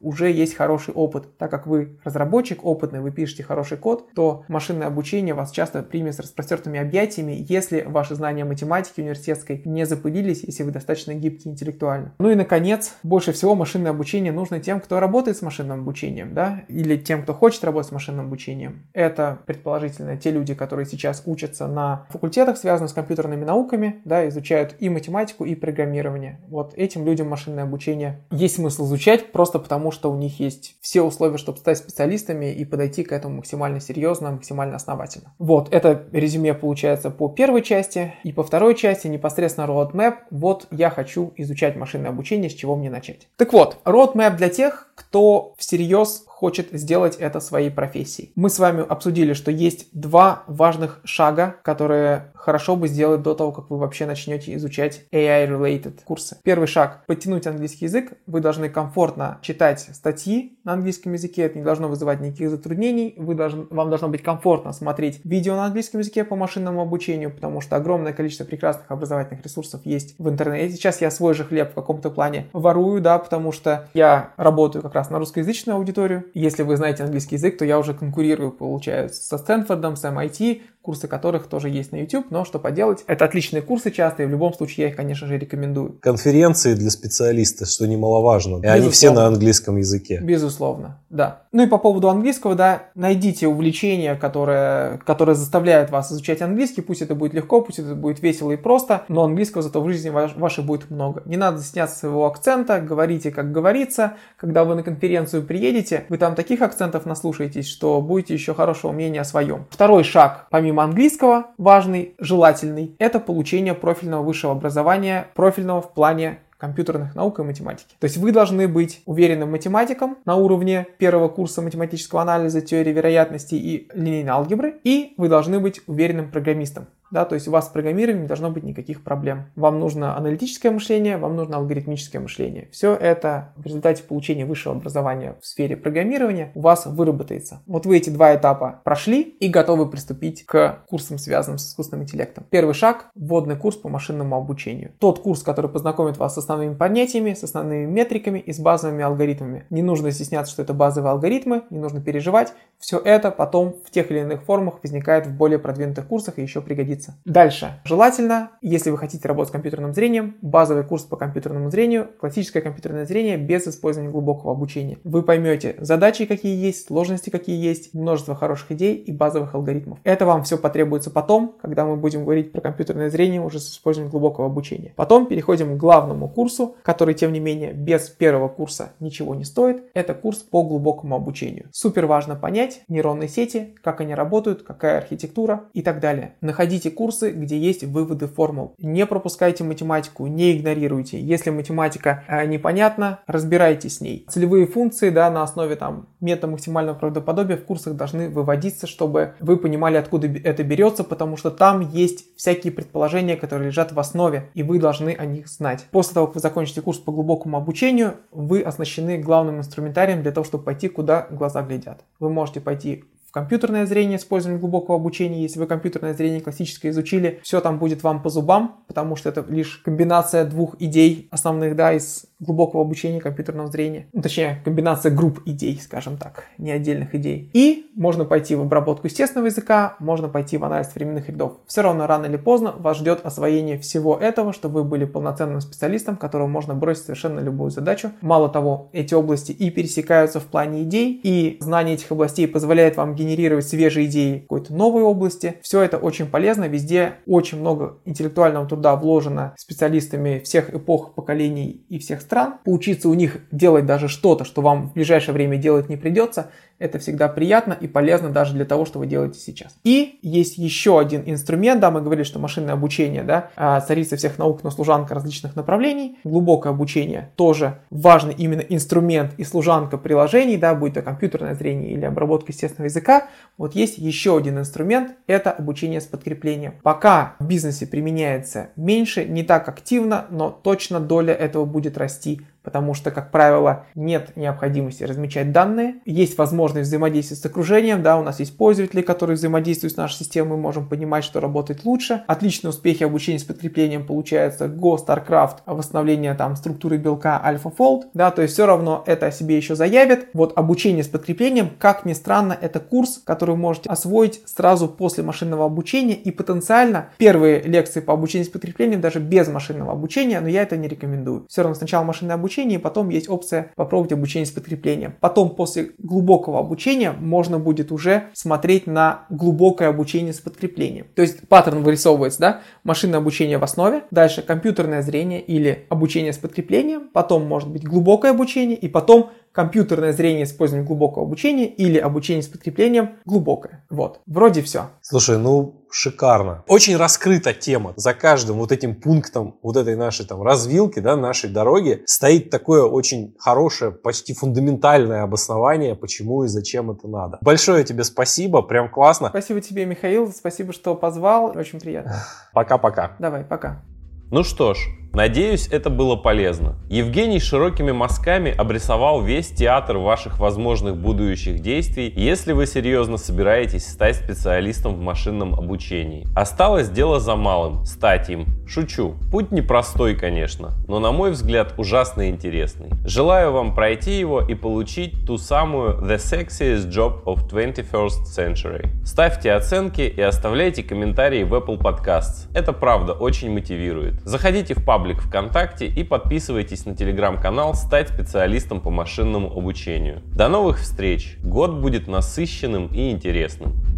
уже есть хороший опыт. Так как вы разработчик опытный, вы пишете хороший код, то машинное обучение вас часто примет с распростертыми объятиями, если ваши знания математики университетской не запылились, если вы достаточно гибкий интеллектуально. Ну и, наконец, больше всего машинное обучение нужно тем, кто работает с машинным обучением, да, или тем, кто хочет работать с машинным обучением. Это, предположительно, те люди, которые сейчас учатся на факультетах, связанных с компьютерными науками, да, изучают и математику, и программирование. Вот этим людям машинное обучение есть смысл изучать, просто потому что у них есть все условия, чтобы стать специалистами и подойти к этому максимально серьезно, максимально основательно. Вот, это резюме получается по первой части. И по второй части непосредственно roadmap. Вот я хочу изучать машинное обучение, с чего мне начать. Так вот, roadmap для тех, кто всерьез хочет сделать это своей профессией. Мы с вами обсудили, что есть два важных шага, которые хорошо бы сделать до того, как вы вообще начнете изучать AI-related курсы. Первый шаг – подтянуть английский язык. Вы должны комфортно читать статьи на английском языке, это не должно вызывать никаких затруднений. Вам должно быть комфортно смотреть видео на английском языке по машинному обучению, потому что огромное количество прекрасных образовательных ресурсов есть в интернете. Сейчас я свой же хлеб в каком-то плане ворую, да, потому что я работаю как раз на русскоязычную аудиторию. Если вы знаете английский язык, то я уже конкурирую, получается, со Стэнфордом, с MIT, курсы которых тоже есть на YouTube, но что поделать, это отличные курсы часто, и в любом случае я их, конечно же, рекомендую. Конференции для специалистов, что немаловажно, и они все на английском языке. Безусловно, да. Ну и по поводу английского, да, найдите увлечение, которое заставляет вас изучать английский, пусть это будет легко, пусть это будет весело и просто, но английского зато в жизни вашей будет много. Не надо стесняться своего акцента, говорите, как говорится, когда вы на конференцию приедете, вы там таких акцентов наслушаетесь, что будете еще хорошего мнения о своем. Второй шаг, помимо английского, важный, желательный, это получение профильного высшего образования, профильного в плане компьютерных наук и математики. То есть вы должны быть уверенным математиком на уровне первого курса математического анализа, теории вероятности и линейной алгебры, и вы должны быть уверенным программистом. Да, то есть у вас с программированием не должно быть никаких проблем. Вам нужно аналитическое мышление, вам нужно алгоритмическое мышление. Все это в результате получения высшего образования в сфере программирования у вас выработается. Вот вы эти два этапа прошли и готовы приступить к курсам, связанным с искусственным интеллектом. Первый шаг – вводный курс по машинному обучению. Тот курс, который познакомит вас с основными понятиями, с основными метриками и с базовыми алгоритмами. Не нужно стесняться, что это базовые алгоритмы, не нужно переживать. Все это потом в тех или иных формах возникает в более продвинутых курсах и еще пригодится. Дальше. Желательно, если вы хотите работать с компьютерным зрением, базовый курс по компьютерному зрению, классическое компьютерное зрение без использования глубокого обучения. Вы поймете задачи, какие есть, сложности, какие есть, множество хороших идей и базовых алгоритмов. Это вам все потребуется потом, когда мы будем говорить про компьютерное зрение уже с использованием глубокого обучения. Потом переходим к главному курсу, который, тем не менее, без первого курса ничего не стоит. Это курс по глубокому обучению. Супер важно понять нейронные сети, как они работают, какая архитектура и так далее. Находите курсы, где есть выводы формул. Не пропускайте математику, не игнорируйте. Если математика непонятна, разбирайтесь с ней. Целевые функции, да, на основе метода максимального правдоподобия в курсах должны выводиться, чтобы вы понимали, откуда это берется, потому что там есть всякие предположения, которые лежат в основе, и вы должны о них знать. После того, как вы закончите курс по глубокому обучению, вы оснащены главным инструментарием для того, чтобы пойти, куда глаза глядят. Вы можете пойти компьютерное зрение, использование глубокого обучения. Если вы компьютерное зрение классическое изучили, все там будет вам по зубам, потому что это лишь комбинация двух идей основных, да, из глубокого обучения компьютерного зрения. Точнее, комбинация групп идей, скажем так, не отдельных идей. И можно пойти в обработку естественного языка, можно пойти в анализ временных рядов. Все равно рано или поздно вас ждет освоение всего этого, чтобы вы были полноценным специалистом, которому можно бросить совершенно любую задачу. Мало того, эти области и пересекаются в плане идей, и знание этих областей позволяет вам генерировать свежие идеи какой-то новой области. Все это очень полезно, везде очень много интеллектуального труда вложено специалистами всех эпох, поколений и всех стран. Поучиться у них делать даже что-то, что вам в ближайшее время делать не придется, это всегда приятно и полезно даже для того, что вы делаете сейчас. И есть еще один инструмент, да, мы говорили, что машинное обучение, да, царица всех наук, но служанка различных направлений. Глубокое обучение тоже важный именно инструмент и служанка приложений, да, будь то компьютерное зрение или обработка естественного языка. Вот есть еще один инструмент, это обучение с подкреплением. Пока в бизнесе применяется меньше, не так активно, но точно доля этого будет расти потому что, как правило, нет необходимости размечать данные. Есть возможность взаимодействия с окружением, да, у нас есть пользователи, которые взаимодействуют с нашей системой, мы можем понимать, что работает лучше. Отличные успехи обучения с подкреплением получается Go, StarCraft, восстановление там структуры белка AlphaFold, да, то есть все равно это о себе еще заявит. Вот обучение с подкреплением, как ни странно, это курс, который вы можете освоить сразу после машинного обучения, и потенциально первые лекции по обучению с подкреплением даже без машинного обучения, но я это не рекомендую. Все равно сначала машинное обучение, и потом есть опция попробовать обучение с подкреплением. Потом после глубокого обучения можно будет уже смотреть на глубокое обучение с подкреплением. То есть паттерн вырисовывается, да, машинное обучение в основе, дальше компьютерное зрение или обучение с подкреплением, потом может быть глубокое обучение, и потом компьютерное зрение с использованием глубокого обучения или обучение с подкреплением глубокое. Вот, вроде все. Слушай, ну шикарно. Очень раскрыта тема. За каждым вот этим пунктом вот этой нашей там развилки, да, нашей дороги стоит такое очень хорошее, почти фундаментальное обоснование, почему и зачем это надо. Большое тебе спасибо, прям классно. Спасибо тебе, Михаил, спасибо, что позвал, очень приятно. Пока-пока. Давай, пока. Ну что ж, надеюсь, это было полезно. Евгений широкими мазками обрисовал весь театр ваших возможных будущих действий, если вы серьезно собираетесь стать специалистом в машинном обучении. Осталось дело за малым – стать им. Шучу. Путь непростой, конечно, но, на мой взгляд, ужасно интересный. Желаю вам пройти его и получить ту самую The Sexiest Job of 21st Century. Ставьте оценки и оставляйте комментарии в Apple Podcasts. Это правда очень мотивирует. Заходите в паблик ВКонтакте и подписывайтесь на телеграм-канал «Стать специалистом по машинному обучению». До новых встреч! Год будет насыщенным и интересным.